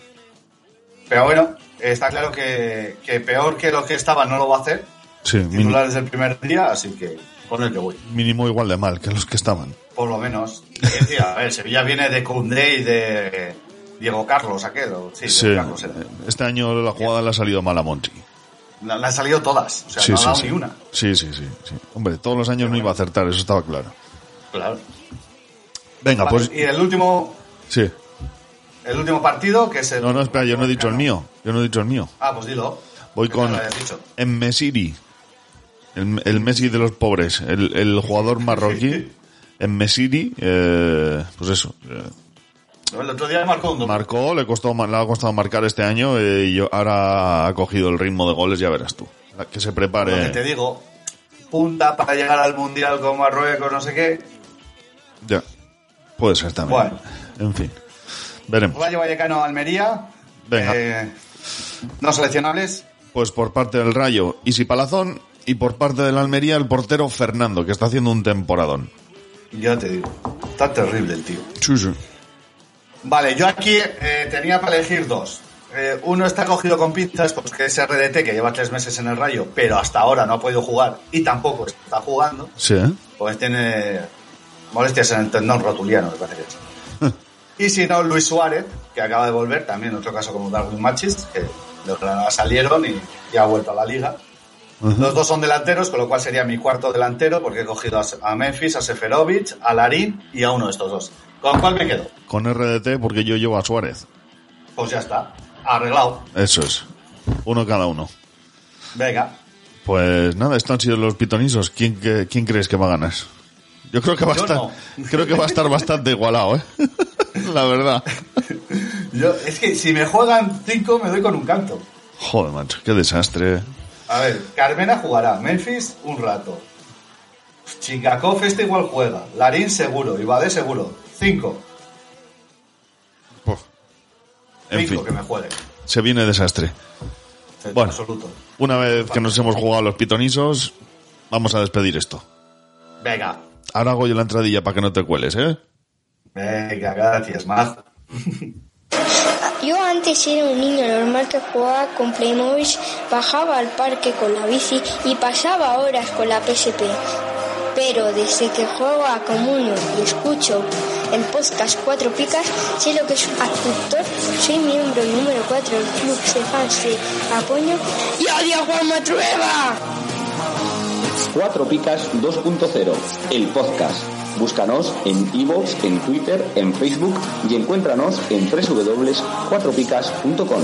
Pero bueno, está claro que, que peor que lo que estaba no lo va a hacer.
Sí,
titular desde el primer día, así que con el que voy.
Mínimo igual de mal que los que estaban.
Por lo menos. Decía, a ver, Sevilla viene de Koundé y de Diego Carlos, aquel. Sí,
sí.
Carlos era.
Este año la jugada le ha salido mal a Monchi.
Le han salido todas, o sea,
sí,
no ha
sí,
dado
sí.
ni una.
Sí, sí, sí, sí. Hombre, todos los años no iba a acertar, eso estaba claro.
Claro.
Venga,
vale,
pues...
Y el último...
Sí.
El último partido, que es el...
No, no, espera, yo no he dicho el mío. Yo no he dicho el mío.
Ah, pues dilo.
Voy con En-Nesyri. El, el Messi de los pobres. El, el jugador marroquí. En-Nesyri, eh, pues eso... Eh,
el otro día marcó un doble.
Marcó, le costó, le ha costado marcar este año eh, y yo, ahora ha cogido el ritmo de goles, ya verás tú. Que se prepare.
Lo que te digo, punta para llegar al Mundial con Marruecos, no sé qué.
Ya, puede ser también.
Bueno.
En fin, veremos.
Rayo Vallecano, Almería.
Venga.
Eh, no seleccionables.
Pues por parte del Rayo, Isi Palazón, y por parte del Almería, el portero Fernando, que está haciendo un temporadón.
Ya te digo, está terrible el tío.
Sí, sí.
Vale, yo aquí eh, tenía para elegir dos. Eh, uno está cogido con pinzas porque es R D T, que lleva tres meses en el Rayo, pero hasta ahora no ha podido jugar y tampoco está jugando.
Sí.
Pues tiene molestias en el tendón rotuliano, me parece que es. Y si no, Luis Suárez, que acaba de volver, también otro caso como Darwin Machis, que Los Granada salieron y, y ha vuelto a la liga. Uh-huh. Los dos son delanteros, con lo cual sería mi cuarto delantero, porque he cogido a, a Memphis, a Seferovic, a Larín y a uno de estos dos. ¿Con cuál me quedo?
Con R D T, porque yo llevo a Suárez.
Pues ya está, arreglado.
Eso es, uno cada uno.
Venga.
Pues nada, estos han sido los pitonisos. ¿Quién, que, ¿Quién crees que va a ganar? Yo creo que va a
yo
estar,
no.
creo que va a estar bastante igualado, ¿eh? La verdad.
Yo, es que si me juegan cinco, me doy con un canto.
Joder, macho, qué desastre.
A ver, Carmena jugará, Memphis un rato. Chingakov este igual juega, Larín seguro, Ibade seguro. Cinco.
Uf. En
Cinco
fin,
que me juegue.
se viene desastre.
En
Bueno,
absoluto.
Una vez que nos hemos jugado los pitonisos, vamos a despedir esto.
Venga.
Ahora hago yo la entradilla para que no te cueles, ¿eh?
Venga, gracias, más.
Yo antes era un niño normal que jugaba con Playmobil, bajaba al parque con la bici y pasaba horas con la P S P. Pero desde que juego a Comunio y escucho el podcast Cuatro Picas, sé lo que es un actor, soy miembro número cuatro del club de fans de Apoño y odio a Juan Matrueva.
Cuatro Picas dos punto cero, el podcast. Búscanos en iVoox, en Twitter, en Facebook y encuéntranos en doble u doble u doble u punto cuatro picas punto com.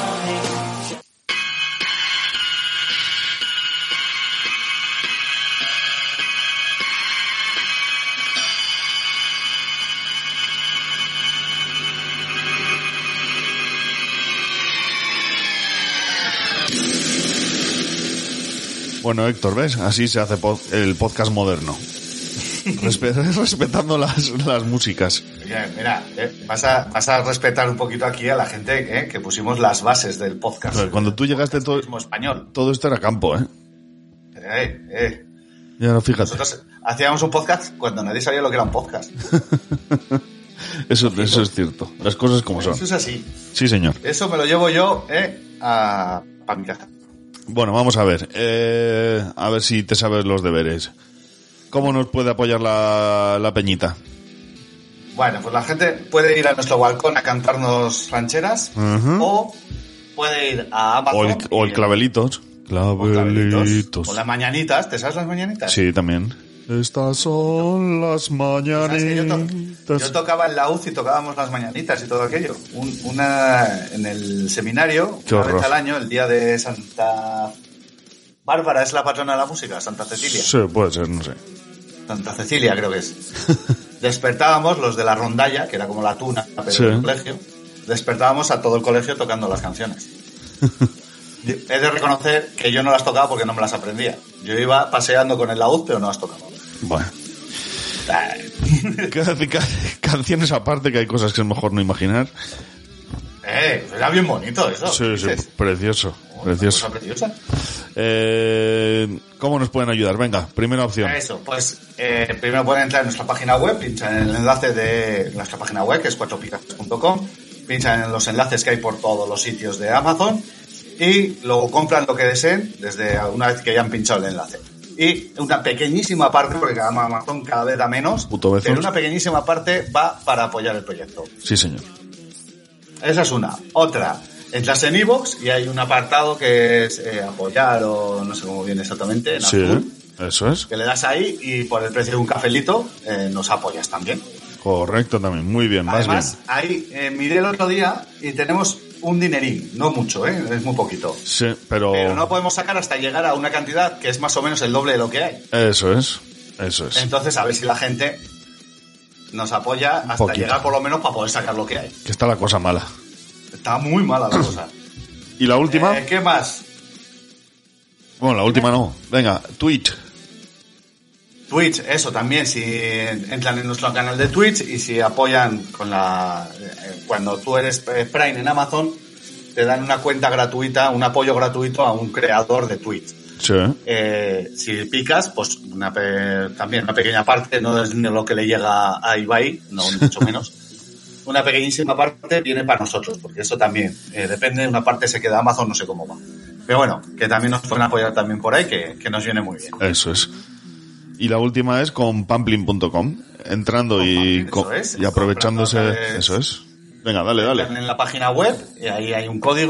Bueno, Héctor, ¿ves? Así se hace pod- el podcast moderno. Respe- respetando las, las músicas.
Oye, mira, eh, vas, a, vas a respetar un poquito aquí a la gente eh, que pusimos las bases del podcast.
Pero cuando tú llegaste todo,
español.
todo esto era campo, ¿eh?
Eh, eh.
Y ahora fíjate.
Nosotros hacíamos un podcast cuando nadie sabía lo que era un podcast.
Eso, eso es cierto. Las cosas como son.
Eso es así.
Sí, señor.
Eso me lo llevo yo eh, a, a mi casa.
Bueno, vamos a ver. Eh, a ver si te sabes los deberes. ¿Cómo nos puede apoyar la, la peñita?
Bueno, pues la gente puede ir a nuestro balcón a cantarnos rancheras
Uh-huh.
o puede ir a Amazon.
O el, o el clavelitos. Clavelitos.
O las mañanitas. ¿Te sabes las mañanitas?
Sí, también. Estas son las mañanitas.
Yo, to- yo tocaba en la U C y tocábamos las mañanitas y todo aquello. Un- una en el seminario,
Qué
una
horror.
vez al año, el día de Santa Bárbara es la patrona de la música, Santa Cecilia.
Sí, puede ser, no sé.
Santa Cecilia creo que es. Despertábamos los de la rondalla, que era como la tuna, pero
Sí.
del colegio. Despertábamos a todo el colegio tocando las canciones. He de reconocer que yo no las tocaba porque no me las aprendía. Yo iba paseando con el laúd, pero no las tocaba.
Bueno. Ca- ca- Canciones aparte, que hay cosas que es mejor no imaginar.
Eh, era bien bonito eso.
Sí, sí,
dices.
precioso. Precioso.
Cosa preciosa.
Eh, ¿Cómo nos pueden ayudar? Venga, primera opción.
Eso, pues eh, primero pueden entrar en nuestra página web, pinchan en el enlace de nuestra página web, que es cuatro picas punto com, pinchan en los enlaces que hay por todos los sitios de Amazon y luego compran lo que deseen desde una vez que hayan pinchado el enlace. Y una pequeñísima parte, porque cada Amazon cada vez da menos,
Puto bezos.
pero una pequeñísima parte va para apoyar el proyecto.
Sí, señor.
Esa es una. Otra, entras en iVoox y hay un apartado que es eh, apoyar o no sé cómo viene exactamente, en
Sí,
azul,
eso es.
que le das ahí y por el precio de un cafelito eh, nos apoyas también.
Correcto también. Muy bien, más
Además, ahí eh, miré el otro día y tenemos un dinerín, no mucho, ¿eh? Es muy poquito.
bien. Sí, pero...
Pero no podemos sacar hasta llegar a una cantidad que es más o menos el doble de lo que hay.
Eso es. Eso es.
Entonces, a ver si la gente nos apoya hasta
poquito.
llegar por lo menos para poder sacar lo que hay.
Que está la cosa mala.
Está muy mala la cosa.
¿Y la última?
Eh, ¿Qué más?
Bueno, la última no. Venga, Twitch.
Twitch, eso también, si entran en nuestro canal de Twitch y si apoyan con la... eh, cuando tú eres eh, Prime en Amazon, te dan una cuenta gratuita, un apoyo gratuito a un creador de Twitch.
Sí.
Eh, si picas, pues una pe- también una pequeña parte, no es ni lo que le llega a Ibai, no mucho menos. Una pequeñísima parte viene para nosotros, porque eso también eh, depende, una parte se queda Amazon, no sé cómo va. Pero bueno, que también nos pueden apoyar también por ahí, que, que nos viene muy bien.
Eso es. Y la última es con pamplin punto com. Entrando y, co-
eso es.
y aprovechándose...
Comprando a través-
Eso es. Venga, dale, dale.
Entran en la página web y ahí hay un código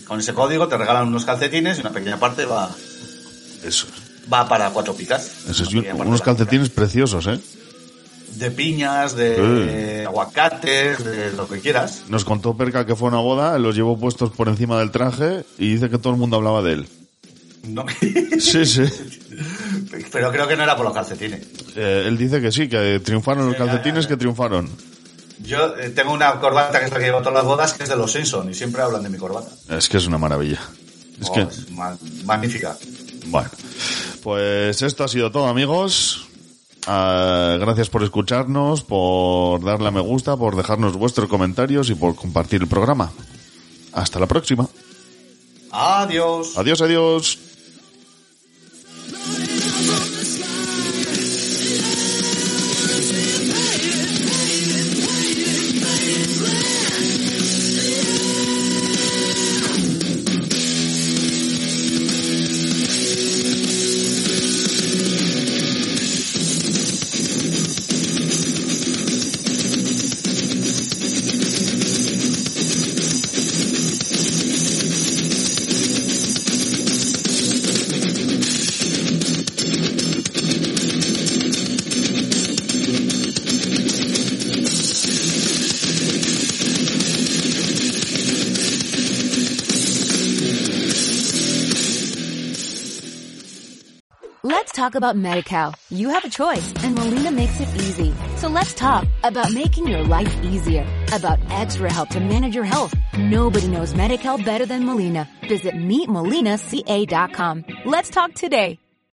Con ese código te regalan unos calcetines y una pequeña parte va...
Eso.
Va para cuatro picas.
Eso es, unos calcetines preciosos, ¿eh?
De piñas, de sí. aguacates, de lo que quieras.
Nos contó Perca que fue a una boda, los llevó puestos por encima del traje y dice que todo el mundo hablaba de él.
No.
Sí, sí.
Pero creo que no era por los calcetines.
Eh, él dice que sí, que triunfaron sí, los calcetines, ya, ya. que triunfaron.
Yo eh, tengo una corbata que es la que llevo a todas las bodas, que es de los Simpsons, y siempre hablan de mi corbata.
Es que es una maravilla. Es
oh,
que...
es ma- magnífica.
Bueno, pues esto ha sido todo, amigos. Uh, gracias por escucharnos, por darle a me gusta, por dejarnos vuestros comentarios y por compartir el programa. Hasta la próxima.
Adiós.
Adiós, adiós.
Let's talk about Medi-Cal. You have a choice, and Molina makes it easy. So let's talk about making your life easier, about extra help to manage your health. Nobody knows Medi-Cal better than Molina. Visit meet molina c a dot com. Let's talk today.